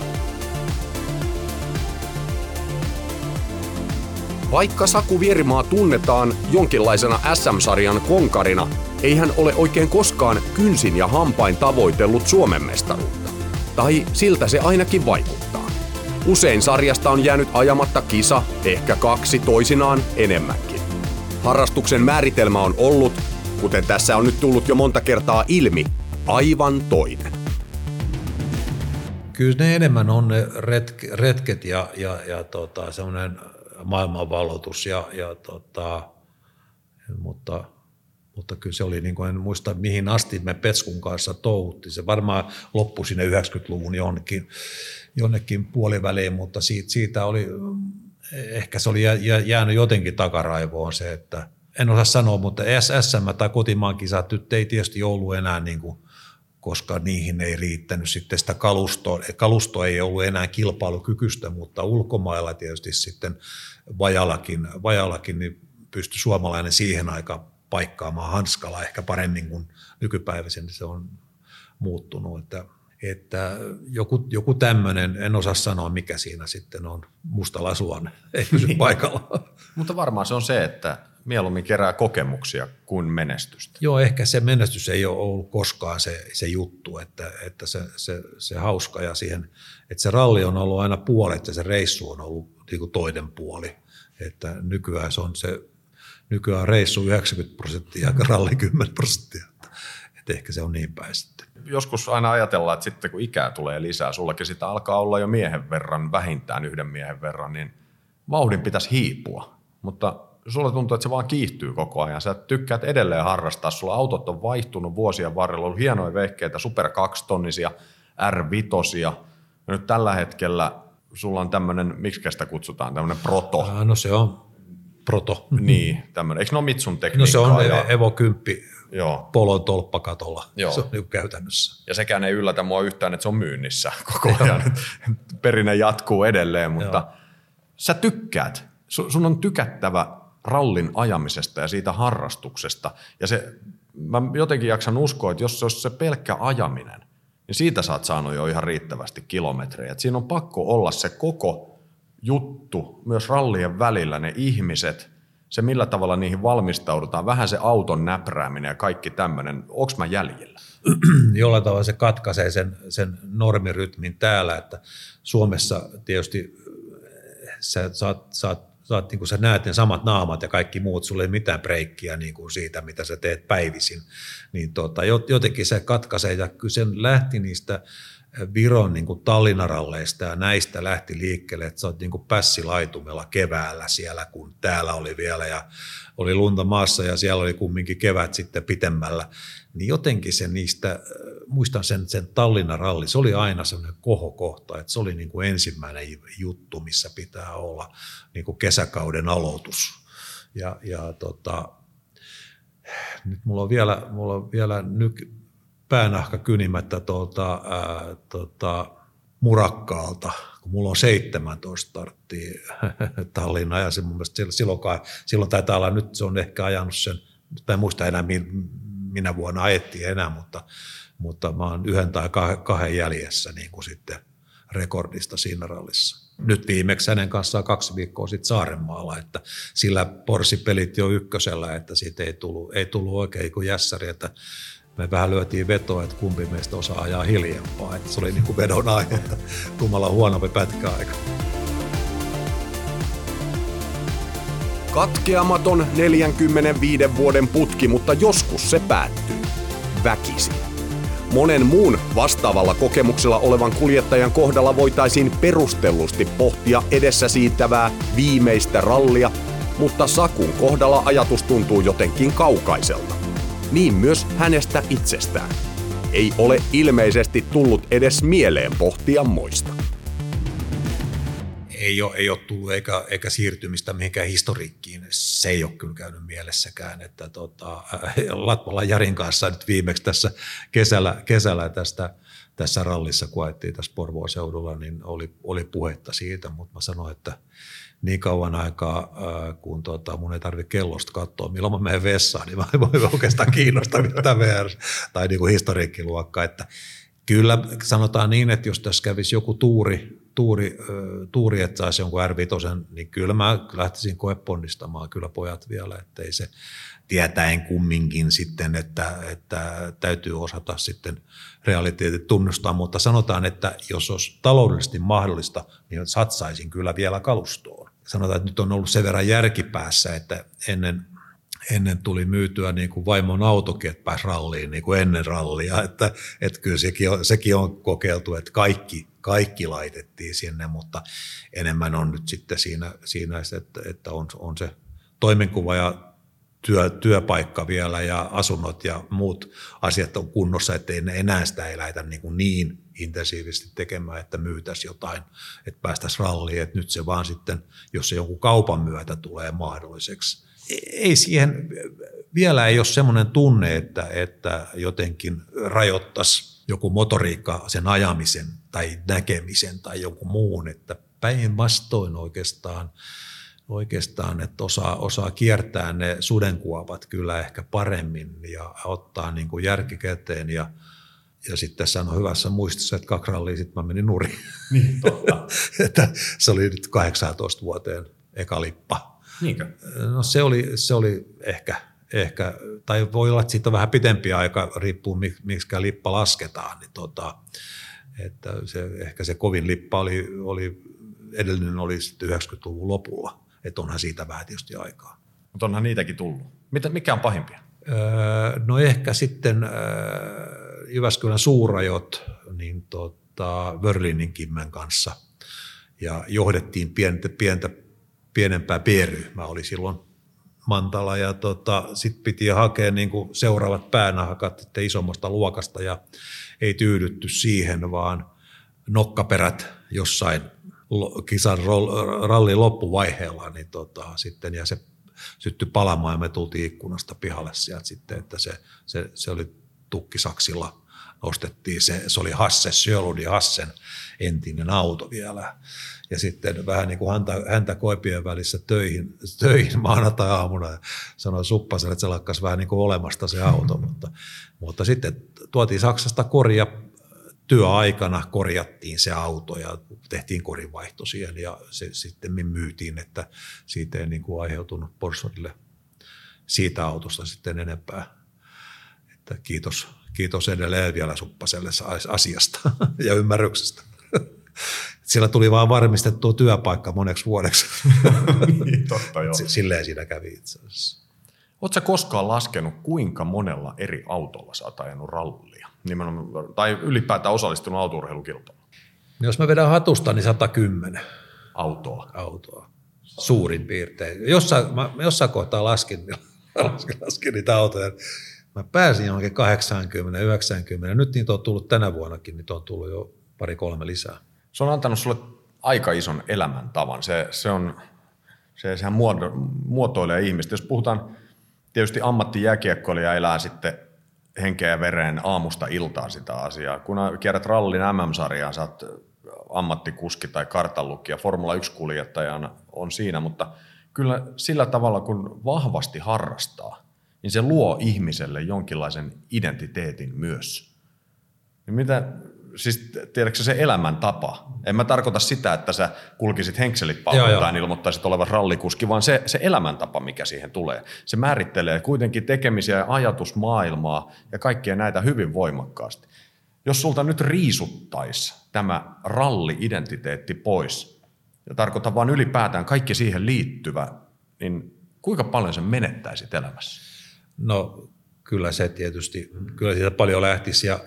Vaikka Saku Vierimaa tunnetaan jonkinlaisena SM-sarjan konkarina, ei hän ole oikein koskaan kynsin ja hampain tavoitellut Suomen mestaruutta. Tai siltä se ainakin vaikuttaa. Usein sarjasta on jäänyt ajamatta kisa, ehkä 2, toisinaan enemmänkin. Harrastuksen määritelmä on ollut, kuten tässä on nyt tullut jo monta kertaa ilmi, aivan toinen. Kyllä ne enemmän on ne retket ja semmoinen maailmanvalotus, mutta kyllä se oli, niin kuin en muista mihin asti me Petskun kanssa touhuttiin. Se varmaan loppui sinne 90-luvun jonnekin puoliväliin, mutta siitä oli, ehkä se oli jäänyt jotenkin takaraivoon se, että en osaa sanoa, mutta SM tai kotimaan kisat nyt ei tietysti ollut enää niin kuin, koska niihin ei riittänyt sitten sitä kalustoa. Kalusto ei ollut enää kilpailukykyistä, mutta ulkomailla tietysti sitten vajallakin niin pystyi suomalainen siihen aikaan paikkaamaan hanskalla ehkä paremmin kuin nykypäiväisen, niin se on muuttunut. Että joku tämmöinen, en osaa sanoa mikä siinä sitten on, mustalasuone, ei pysy paikalla. Mutta varmaan se on se, että mieluummin kerää kokemuksia kuin menestystä. Joo, ehkä se menestys ei ole ollut koskaan se juttu, että se hauska ja siihen, että se ralli on ollut aina puolet ja se reissu on ollut niin kuin toinen puoli. Että nykyään se on nykyään reissu 90% ja ralli 10%. Että ehkä se on niin päin sitten. Joskus aina ajatellaan, että sitten kun ikää tulee lisää, sullakin sitä alkaa olla jo miehen verran, vähintään yhden miehen verran, niin vauhdin pitäisi hiipua, mutta sulla tuntuu, että se vaan kiihtyy koko ajan. Sä tykkäät edelleen harrastaa. Sulla autot on vaihtunut vuosien varrella. On ollut hienoja vehkeitä, Super 2-tonnisia, R5. Ja nyt tällä hetkellä sulla on tämmöinen, miksi sitä kutsutaan, tämmöinen proto. No se on proto. Niin, tämmöinen. Eikö ne ole Mitsun tekniikkaa? No se on Evo 10 Polon tolppakatolla. Joo. Se on niin käytännössä. Ja sekään ei yllätä mua yhtään, että se on myynnissä koko ajan. Perinne jatkuu edelleen, mutta sä tykkäät. Sun on tykättävä rallin ajamisesta ja siitä harrastuksesta. Ja mä jotenkin jaksan uskoa, että jos se olisi se pelkkä ajaminen, niin siitä sä oot saanut jo ihan riittävästi kilometrejä. Et siinä on pakko olla se koko juttu, myös rallien välillä, ne ihmiset, se millä tavalla niihin valmistaudutaan, vähän se auton näprääminen ja kaikki tämmöinen. Onko mä jäljellä? Jollain tavalla se katkaisee sen normirytmin täällä, että Suomessa tietysti sä saat niin sä näet ne samat naamat ja kaikki muut, sulla ei mitään breikkiä niin kuin siitä, mitä sä teet päivisin, niin jotenkin se katkaisee, ja kyllä sen lähti niistä Viron niin kuin Tallinnaralleista ja näistä lähti liikkeelle, että sä oot niin kuin pässilaitumella keväällä siellä, kun täällä oli vielä ja oli lunta maassa ja siellä oli kumminkin kevät sitten pitemmällä, niin jotenkin se niistä, muistan sen Tallinnaralli, se oli aina semmoinen kohokohta, että se oli niin kuin ensimmäinen juttu, missä pitää olla niin kuin kesäkauden aloitus. Nyt mulla on vielä päänahka kynimättä Murakkaalta, kun mulla on 17 starttia Tallinna, ja se mun mielestä silloin taitaa olla, nyt se on ehkä ajanut sen, tai en muista enää minä vuonna ajettiin enää, mutta mä oon 1 tai 2 jäljessä niin kuin sitten rekordista siinä rallissa. Nyt viimeksi hänen kanssaan 2 viikkoa sitten Saarenmaalla, että sillä porsipelit jo ykkösellä, että siitä ei tullut oikein kuin jässäri, että me vähän lyötiin vetoa, että kumpi meistä osaa ajaa hiljempaa. Että se oli niin kuin vedon aihe, tummalla huonompi pätkäaika. Katkeamaton 45 vuoden putki, mutta joskus se päättyy. Väkisin. Monen muun vastaavalla kokemuksella olevan kuljettajan kohdalla voitaisiin perustellusti pohtia edessä siittävää viimeistä rallia, mutta Sakun kohdalla ajatus tuntuu jotenkin kaukaiselta. Niin myös hänestä itsestään. Ei ole ilmeisesti tullut edes mieleen pohtia moista. Ei ole tullut eikä siirtymistä mihinkään historiikkiin. Se ei ole kyllä käynyt mielessäkään. Että Latvalan Jarin kanssa nyt viimeksi tässä kesällä tässä rallissa, kun ajettiin tässä Porvoon seudulla, niin oli puhetta siitä, mutta mä sanoin, että niin kauan aikaa, kun mun ei tarvitse kellosta katsoa, milloin mä menen vessaan, niin mä en voi oikeastaan kiinnostaa mitään VR tai niin kuin historiikkiluokkaa. Että kyllä sanotaan niin, että jos tässä kävisi joku tuuri, että saisi jonkun R5, niin kyllä mä lähtisin koeponnistamaan kyllä pojat vielä, ettei se tietäen kumminkin sitten, että täytyy osata sitten realiteetit tunnustaa, mutta sanotaan, että jos olisi taloudellisesti mahdollista, niin satsaisin kyllä vielä kalustoon. Sanotaan, että nyt on ollut sen verran järkipäässä, että ennen tuli myytyä niin kuin vaimon autokin, että pääsi ralliin niin kuin ennen rallia, että kyllä sekin on kokeiltu, että kaikki laitettiin sinne, mutta enemmän on nyt sitten siinä että on se toimenkuva ja työpaikka vielä ja asunnot ja muut asiat on kunnossa, ettei ne enää sitä ei lähdetä niin intensiivisesti tekemään, että myytäisiin jotain, että päästäisiin ralliin, että nyt se vaan sitten, jos se jonkun kaupan myötä tulee mahdolliseksi. Ei siihen, vielä ei ole semmoinen tunne, että jotenkin rajoittaisi joku motoriikka sen ajamisen tai näkemisen tai jonkun muun, että päinvastoin oikeastaan, että osaa kiertää ne sudenkuopat kyllä ehkä paremmin ja ottaa niin kuin järki käteen ja sitten tässä on hyvässä muistissa, että 2 rallia sitten mä menin nurin. Niin, totta. Että se oli nyt 18 vuoteen eka lippa. Niinkö? No se oli ehkä, tai voi olla, että siitä on vähän pitempi aika, riippuu miksikä lippa lasketaan, niin että ehkä se kovin lippa edellinen oli sitten 90-luvun lopulla, että onhan siitä vähän tietysti aikaa. Mutta onhan niitäkin tullut. Mikä on pahimpia? No ehkä sitten Jyväskylän suurajot niin Wörlinin Kimmen kanssa ja johdettiin pienempää pienryhmää oli silloin Mantala ja sitten piti hakea niin kuin seuraavat päänahkat isommasta luokasta ja ei tyydytty siihen, vaan nokkaperät jossain kisan rallin loppuvaiheella niin sitten ja se syttyi palamaan ja me tultiin ikkunasta pihalle sieltä sitten, että se oli tukkisaksilla ostettiin se oli Sjölund ja Hassen entinen auto vielä. Ja sitten vähän niin kuin häntä koipien välissä töihin maanantai-aamuna ja sanoi Suppaselle, että se lakkasi vähän niin kuin olemasta se auto. mutta sitten tuotiin Saksasta korja työaikana, korjattiin se auto ja tehtiin korinvaihto siihen ja se sitten myytiin, että siitä ei niin kuin aiheutunut Porschelle siitä autosta sitten enempää. Että kiitos edelleen vielä Suppaselle asiasta ja ymmärryksestä. Siellä tuli vaan varmistettua työpaikka moneksi vuodeksi. Niin, totta joo. Silleen siinä kävi itse asiassa. Oletko sä koskaan laskenut, kuinka monella eri autolla sä oot ajanut rallia? Tai ylipäätään osallistunut autourheilukilpailuun? Jos mä vedän hatusta, niin 110 autoa. Suurin piirtein. Jossain kohtaa laskin niitä autoja. Mä pääsin johonkin 80, 90. Nyt niitä on tullut tänä vuonnakin, niitä on tullut jo 2-3 lisää. Se on antanut sulle aika ison elämäntavan. Sehän muotoilee ihmistä. Jos puhutaan, tietysti ammattijääkiekkoilija elää sitten henkeä ja vereen aamusta iltaan sitä asiaa. Kun kierrät rallin MM-sarjaa, sä oot ammattikuski tai kartanlukija, Formula 1-kuljettajana on siinä, mutta kyllä sillä tavalla, kun vahvasti harrastaa, niin se luo ihmiselle jonkinlaisen identiteetin myös. Siis tiedätkö se elämäntapa? En mä tarkoita sitä, että sä kulkisit henkselit paukutaan, ilmoittaisit olevan rallikuski, vaan se elämäntapa, mikä siihen tulee. Se määrittelee kuitenkin tekemisiä ja ajatusmaailmaa ja kaikkia näitä hyvin voimakkaasti. Jos sulta nyt riisuttaisi tämä ralli-identiteetti pois, ja tarkoitan vaan ylipäätään kaikki siihen liittyvä, niin kuinka paljon sä menettäisit elämässä? No kyllä se tietysti, kyllä siitä paljon lähtisi ja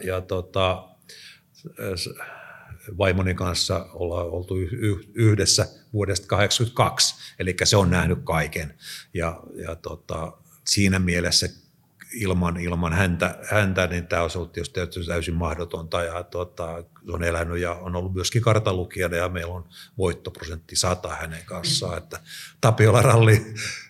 vaimoni kanssa ollaan oltu yhdessä vuodesta 1982, eli se on nähnyt kaiken ja siinä mielessä ilman häntä niin tämä olisi ollut tietysti täysin mahdotonta ja se on elänyt ja on ollut myöskin kartanlukijana ja meillä on voittoprosentti 100 hänen kanssaan, että Tapiola ralli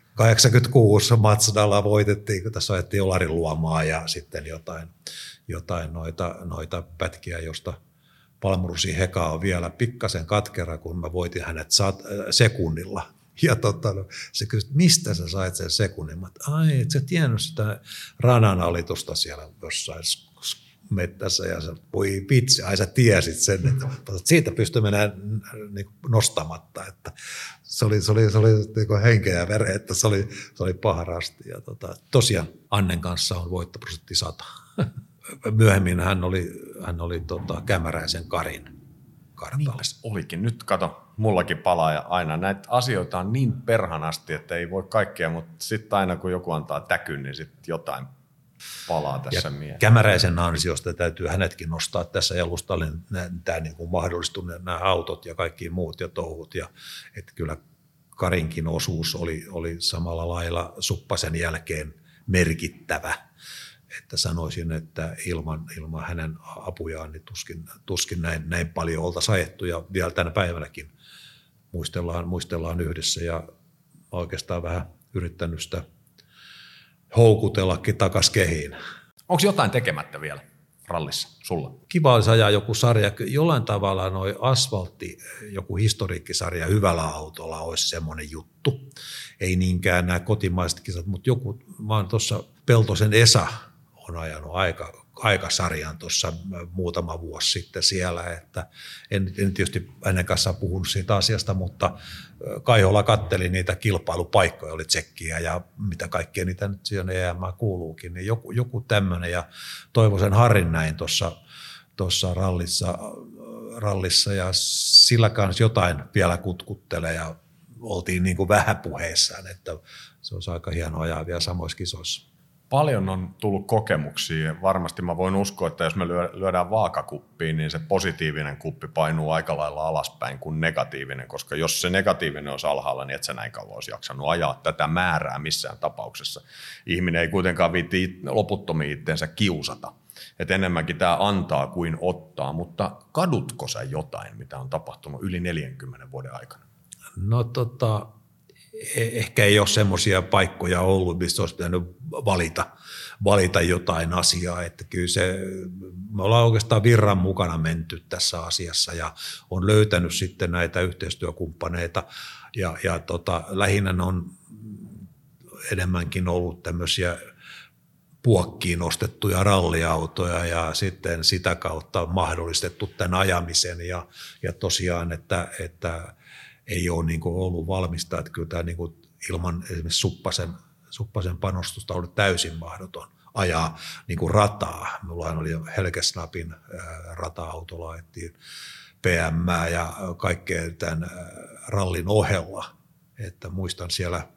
86 Mazdalla voitettiin, kun tässä ajettiin Olarin Luomaa ja sitten jotain noita pätkiä, josta Palmurusin Heka on vielä pikkasen katkera, kun mä voitin hänet sekunnilla. Ja se kysyi, mistä sä sait sen sekunnin? Mä ai, et sä tiennyt sitä rananalitusta siellä jossain mettässä ja sä, voi vitsi, ai sä tiesit sen, että siitä pystyy mennä niin nostamatta, että se oli niin henkeä ja vere, että se oli paha rasti. Ja tosiaan Annen kanssa on voittoprosentti 100. Myöhemmin hän oli Kämäräisen Karin kartalla. Niinpäs olikin. Nyt kato, mullakin palaa ja aina näitä asioita on niin perhanasti, että ei voi kaikkea, mutta sitten aina kun joku antaa täkyn, niin sitten jotain palaa tässä mieleen. Kämäräisen ansiosta täytyy hänetkin nostaa tässä jalustalle tämä niin kuin mahdollistui nämä autot ja kaikki muut ja touhut. Ja, että kyllä Karinkin osuus oli samalla lailla Suppasen jälkeen merkittävä. Että sanoisin, että ilman hänen apujaan niin tuskin näin paljon oltaisiin ajettu ja vielä tänä päivänäkin muistellaan yhdessä ja oikeastaan vähän yrittänyt sitä houkutellakin takaisin kehiin. Onko jotain tekemättä vielä rallissa sulla? Kiva olisi ajaa joku sarja, jollain tavalla noi asfaltti, joku historiikkisarja hyvällä autolla olisi semmoinen juttu. Ei niinkään nämä kotimaiset kisat, mutta joku, mä oon tuossa Peltosen Esa on ajanut aikasarjan tuossa muutama vuosi sitten siellä, että en tietysti hänen kanssaan puhunut siitä asiasta, mutta Kaihola katteli niitä kilpailupaikkoja, oli tsekkiä ja mitä kaikkea niitä nyt siihen EM:ään kuuluukin, niin joku tämmöinen ja Toivosen Harrin näin tuossa rallissa ja sillä kanssa jotain vielä kutkuttelee ja oltiin niin kuin vähän puheissaan, että se olisi aika hienoa ajaa vielä samoissa kisoissa. Paljon on tullut kokemuksia. Varmasti mä voin uskoa, että jos me lyödään vaakakuppiin, niin se positiivinen kuppi painuu aika lailla alaspäin kuin negatiivinen, koska jos se negatiivinen olisi alhaalla, niin et sä näin kauan olisi jaksanut ajaa tätä määrää missään tapauksessa. Ihminen ei kuitenkaan viitti loputtomiin itteensä kiusata. Et enemmänkin tämä antaa kuin ottaa, mutta kadutko sä jotain, mitä on tapahtunut yli 40 vuoden aikana? No ehkä ei ole semmoisia paikkoja ollut, mistä olisi pitänyt valita jotain asiaa, että kyllä me ollaan oikeastaan virran mukana menty tässä asiassa ja on löytänyt sitten näitä yhteistyökumppaneita ja lähinnä on enemmänkin ollut tämmöisiä puokkiin ostettuja ralliautoja ja sitten sitä kautta mahdollistettu tämän ajamisen ja tosiaan, että ei ole niin kuin ollut valmista, että kyllä tämä niin kuin ilman esimerkiksi Suppasen panostusta oli täysin mahdoton ajaa niin kuin rataa. Mullahan oli Helgesnapin rata-autolla, ajettiin PM ja kaikkea tämän rallin ohella. Että muistan siellä,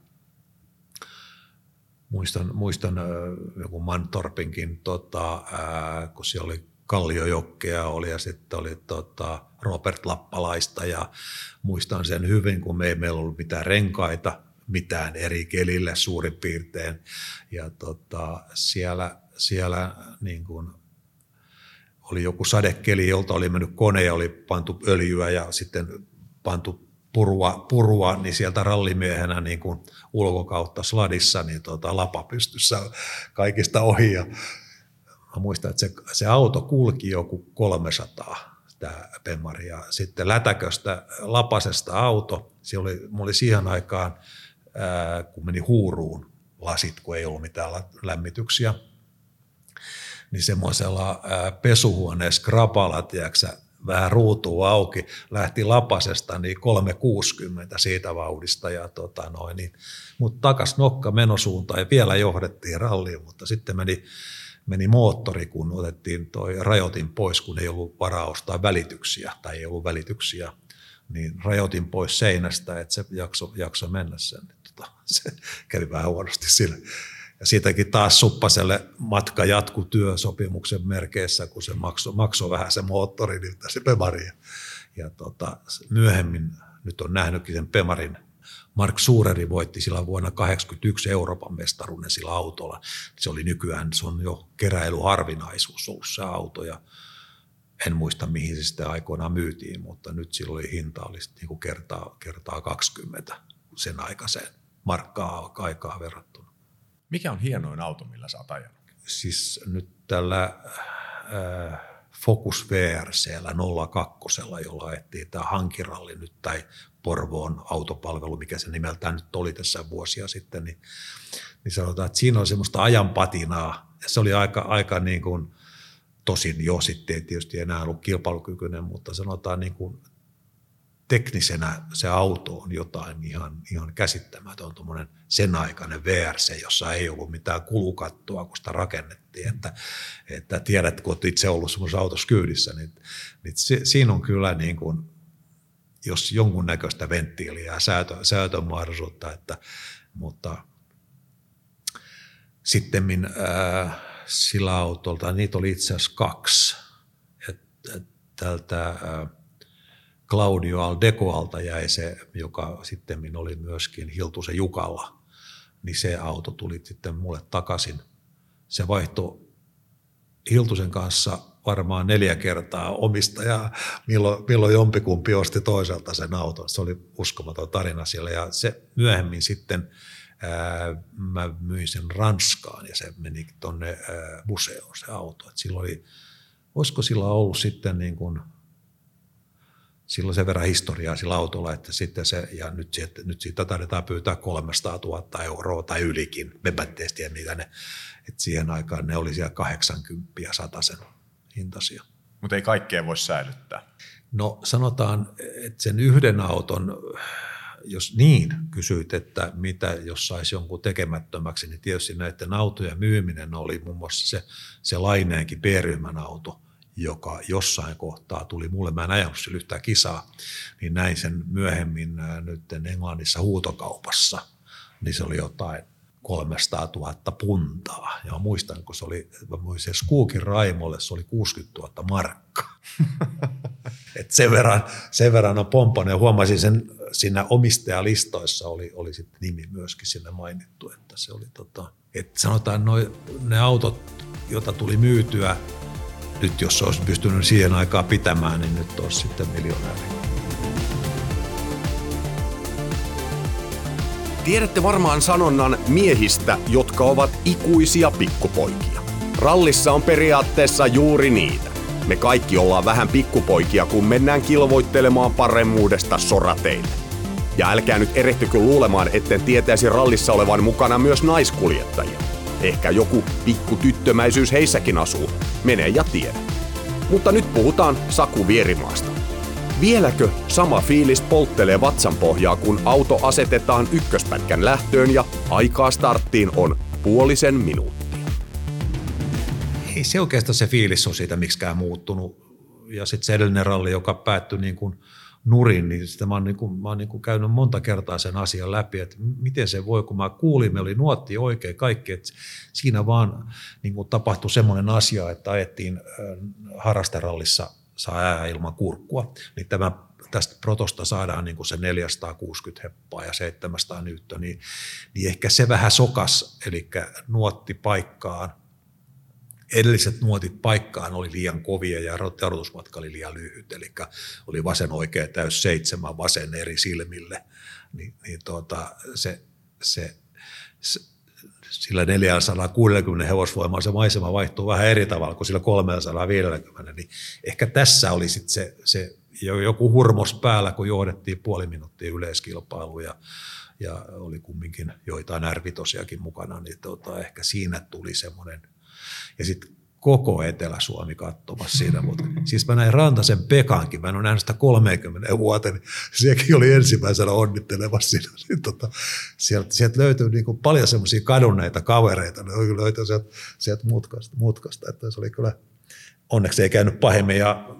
muistan joku Mantorpinkin, kun siellä oli Kalliojokkea oli ja sitten oli Robert Lappalaista ja muistan sen hyvin, kun meillä ei ollut mitään renkaita, mitään eri kelille suurin piirtein ja siellä niin kuin oli joku sadekeli, jolta oli mennyt kone ja oli pantu öljyä ja sitten pantu purua, niin sieltä rallimiehenä niin kuin ulkokautta sladissa, niin lapa pystyssä kaikista ohi. Ja mä muistan, että se auto kulki joku 300, tämä Bemari, ja sitten lätäköstä, lapasesta auto, mulla oli siihen aikaan, kun meni huuruun lasit, kun ei ollut mitään lämmityksiä, niin semmoisella pesuhuoneen skrapalla, tiedätkö, vähän ruutua auki, lähti lapasesta niin 360 siitä vauhdista ja mutta takas nokka menosuuntaan ja vielä johdettiin ralliin, mutta sitten meni moottori, kun otettiin toi rajoitin pois, kun ei ollut varaa ostaa välityksiä tai ei ollut välityksiä, niin rajoitin pois seinästä, että se jakso mennä sen. Se kävi vähän huonosti sille. Ja siitäkin taas Suppaselle matka jatkui työsopimuksen merkeissä, kun se maksoi vähän se moottori, niiltä se Bemari. Ja myöhemmin nyt on nähnytkin sen Bemarin. Mark Suureri voitti sillä vuonna 1981 Euroopan mestaruuden sillä autolla. Se oli nykyään, se on jo keräilyharvinaisuus ollut se auto. Ja en muista, mihin se sitten aikoinaan myytiin, mutta nyt sillä oli hinta oli niin kuin kertaa 20 sen aikaiseen markkaa aikaa verrattuna. Mikä on hienoin auto, millä sä oot ajanut? Siis nyt tällä Focus VRC:llä 02, jolla ajettiin tämä hankiralli nyt tai Porvoon autopalvelu, mikä se nimeltään nyt oli tässä vuosia sitten, niin sanotaan, että siinä on semmoista ajanpatinaa. Ja se oli aika niin kuin, tosin jo sitten ei tietysti enää ollut kilpailukykyinen, mutta sanotaan niin kuin teknisenä se auto on jotain ihan käsittämätön, tuommoinen sen aikainen VRC, jossa ei ollut mitään kulukattoa, kun sitä rakennettiin. Että tiedät, kun olet itse ollut semmoisessa autossa kyydissä, niin siinä on kyllä niin kuin, jos jonkunnäköistä venttiiliä ja säätön mahdollisuutta, mutta sittemmin sillä autolta, niitä oli itse asiassa 2. Tältä Claudio Aldecoalta jäi se, joka sitten oli myöskin Hiltusen Jukalla, niin se auto tuli sitten mulle takaisin. Se vaihtoi Hiltusen kanssa varmaan 4 kertaa omistajaa, milloin jompikumpi osti toiselta sen auton. Se oli uskomaton tarina siellä ja se myöhemmin sitten mä myin sen Ranskaan ja se meni tuonne museoon se auto. Et olisiko sillä ollut sitten niin kuin silloin sen verran historiaa sillä autolla, että sitten ja nyt siitä taidetaan pyytää 300 000 euroa tai ylikin. Me en tiedä, mitä ne, että siihen aikaan ne oli siellä 80 ja 100 hintaisia. Mutta ei kaikkea voi säilyttää. No sanotaan, että sen yhden auton, jos niin kysyit, että mitä jos saisi jonkun tekemättömäksi, niin tietysti näiden autojen myyminen oli muun muassa se Laineenkin B-ryhmän auto, joka jossain kohtaa tuli mulle, mä en ajanut sillä yhtään kisaa, niin näin sen myöhemmin nyt Englannissa huutokaupassa, niin se oli jotain 300 000 puntaa. Ja mä muistan, kun se Skoogin Raimolle, se oli 60 000 markkaa. Et sen verran on pomppainen. Ja huomasin sen, siinä omistajalistoissa oli sitten nimi myöskin sinne mainittu, että se oli että sanotaan ne autot, joita tuli myytyä, nyt jos olisi pystynyt siihen aikaan pitämään, niin nyt olisi sitten miljonääri. Tiedätte varmaan sanonnan miehistä, jotka ovat ikuisia pikkupoikia. Rallissa on periaatteessa juuri niitä. Me kaikki ollaan vähän pikkupoikia, kun mennään kilvoittelemaan paremmuudesta sorateille. Ja älkää nyt erehtykö luulemaan, etten tietäisi rallissa olevan mukana myös naiskuljettajia. Ehkä joku pikku tyttömäisyys heissäkin asuu. Mene ja tiedä. Mutta nyt puhutaan Saku Vierimaasta. Vieläkö sama fiilis polttelee vatsanpohjaa, kun auto asetetaan ykköspätkän lähtöön ja aikaa starttiin on 0,5 minuuttia? Ei se oikeastaan se fiilis on siitä miksikään muuttunut. ja sitten se edellinen ralli, joka päättyi niin kuin nurin, niin sitä mä oon niin kuin käynyt monta kertaa sen asian läpi, että miten se voi, kun mä kuulin, me oli nuotti oikein kaikki, että siinä vaan niin kuin tapahtui semmoinen asia, että ajettiin harrasterallissa saa ää ilman kurkkua, niin tästä protosta saadaan niin kuin se 460 heppaa ja 700 newtonia, niin ehkä se vähän sokas, eli nuotti paikkaan, edelliset nuotit paikkaan oli liian kovia ja jarrutusmatka oli liian lyhyt, eli oli vasen oikea täys 7, vasen eri silmille, sillä 460 hevosvoimaa se maisema vaihtuu vähän eri tavalla kuin sillä 350, niin ehkä tässä oli sitten se joku hurmos päällä, kun johdettiin puoli minuuttia yleiskilpailuun ja oli kumminkin joitain R5:osiakin mukana, niin ehkä siinä tuli semmoinen. Ja sitten koko Etelä-Suomi katsomassa siinä, mutta siis mä näin Rantasen Pekankin, mä en ole nähnyt sitä 30 vuoteen, niin sekin oli ensimmäisenä onnittelemassa siinä. Niin sieltä löytyi niin kuin paljon semmoisia kadonneita kavereita, ne löytyi sieltä mutkasta, että se oli kyllä, onneksi ei käynyt pahemmin ja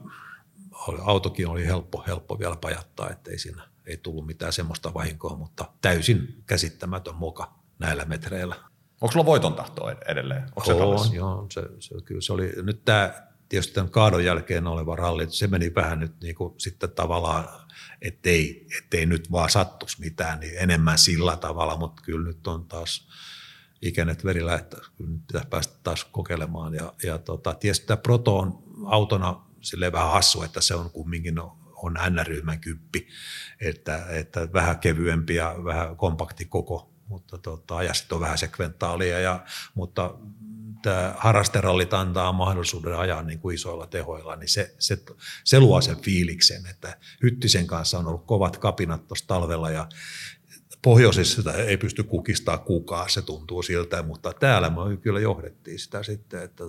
autokin oli helppo vielä pajattaa, ettei siinä ei tullut mitään semmoista vahinkoa, mutta täysin käsittämätön moka näillä metreillä. Onko sulla voiton tahtoa edelleen? Joo, kyllä se oli. Nyt tämä tietysti tämän kaadon jälkeen oleva ralli, se meni vähän nyt niin kuin sitten tavallaan, ettei nyt vaan sattuisi mitään, niin enemmän sillä tavalla, mutta kyllä nyt on taas ikänet verillä, että kyllä nyt pitää päästä taas kokeilemaan. Ja tietysti tämä Proto on autona silleen vähän hassu, että se on kumminkin on N-ryhmän kyppi, että vähän kevyempi ja vähän kompakti koko. Mutta ajasta on vähän sekventaalia, mutta tämä harrasterallit antaa mahdollisuuden ajaa niin kuin isoilla tehoilla, niin se luo sen fiiliksen, että Hyttisen kanssa on ollut kovat kapinat tuossa talvella ja pohjoisessa sitä ei pysty kukistamaan kukaan, se tuntuu siltä, mutta täällä me kyllä johdettiin sitä sitten, että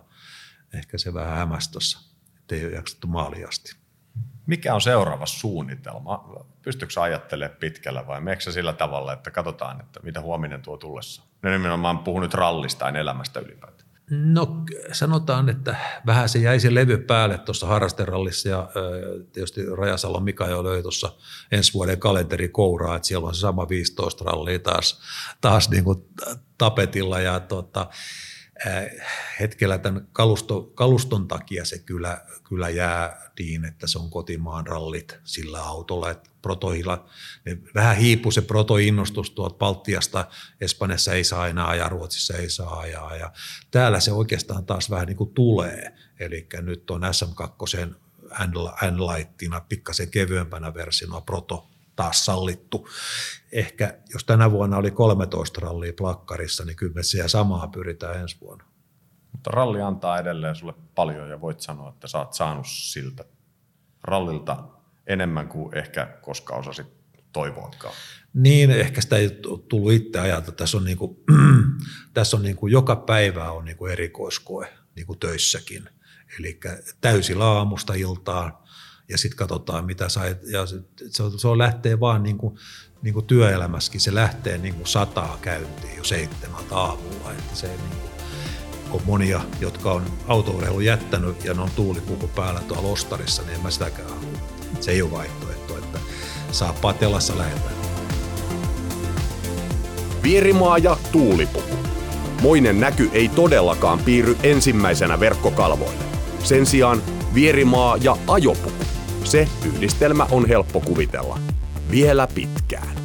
ehkä se vähän hämäsi tuossa, ettei ole jaksettu maaliin asti. Mikä on seuraava suunnitelma? Pystytkö sä ajattelemaan pitkällä vai meneekö sä sillä tavalla, että katsotaan, että mitä huominen tuo tullessa? Nimenomaan puhun nyt rallista ja elämästä ylipäätään. No sanotaan, että vähän se jäi se levy päälle tuossa harrasterallissa ja tietysti Rajasalon Mika jo löi tuossa ensi vuoden kalenteri kouraa, että siellä on se sama 15 rallia taas niin kuin tapetilla ja hetkellä tämän kaluston takia se kyllä jää niin, että se on kotimaan rallit sillä autolla, että protoilla, ne vähän hiipui se protoinnostus tuolta Baltiasta, Espanjassa ei saa enää ajaa, Ruotsissa ei saa ajaa ja täällä se oikeastaan taas vähän niin kuin tulee, eli nyt on SM2 N-Lightina pikkasen kevyempänä versiona proto taas sallittu. Ehkä jos tänä vuonna oli 13 rallia plakkarissa, niin kyllä me siellä samaa pyritään ensi vuonna. Mutta ralli antaa edelleen sulle paljon ja voit sanoa, että sä oot saanut siltä rallilta enemmän kuin ehkä koskaan osasit toivoakaan. Niin, ehkä sitä ei tullut itse ajatella. Tässä on niin kuin joka päivä on niin kuin erikoiskoe niin kuin töissäkin. Eli täysillä aamusta iltaan. Ja sitten katsotaan, mitä sait. Ja se lähtee vaan niin kuin työelämässäkin, se lähtee niin kuin 100 käyntiin jo 7 aamulla. Että se niin kuin, on monia, jotka on autourheilun jättänyt ja ne on tuulipuku päällä tuolla ostarissa, niin en mä sitäkään halua. Se ei ole vaihtoehto, että saa patelassa lähetään. Vierimaa ja tuulipuku. Moinen näky ei todellakaan piirry ensimmäisenä verkkokalvoille. Sen sijaan vierimaa ja ajopuku. Se yhdistelmä on helppo kuvitella. Vielä pitkään.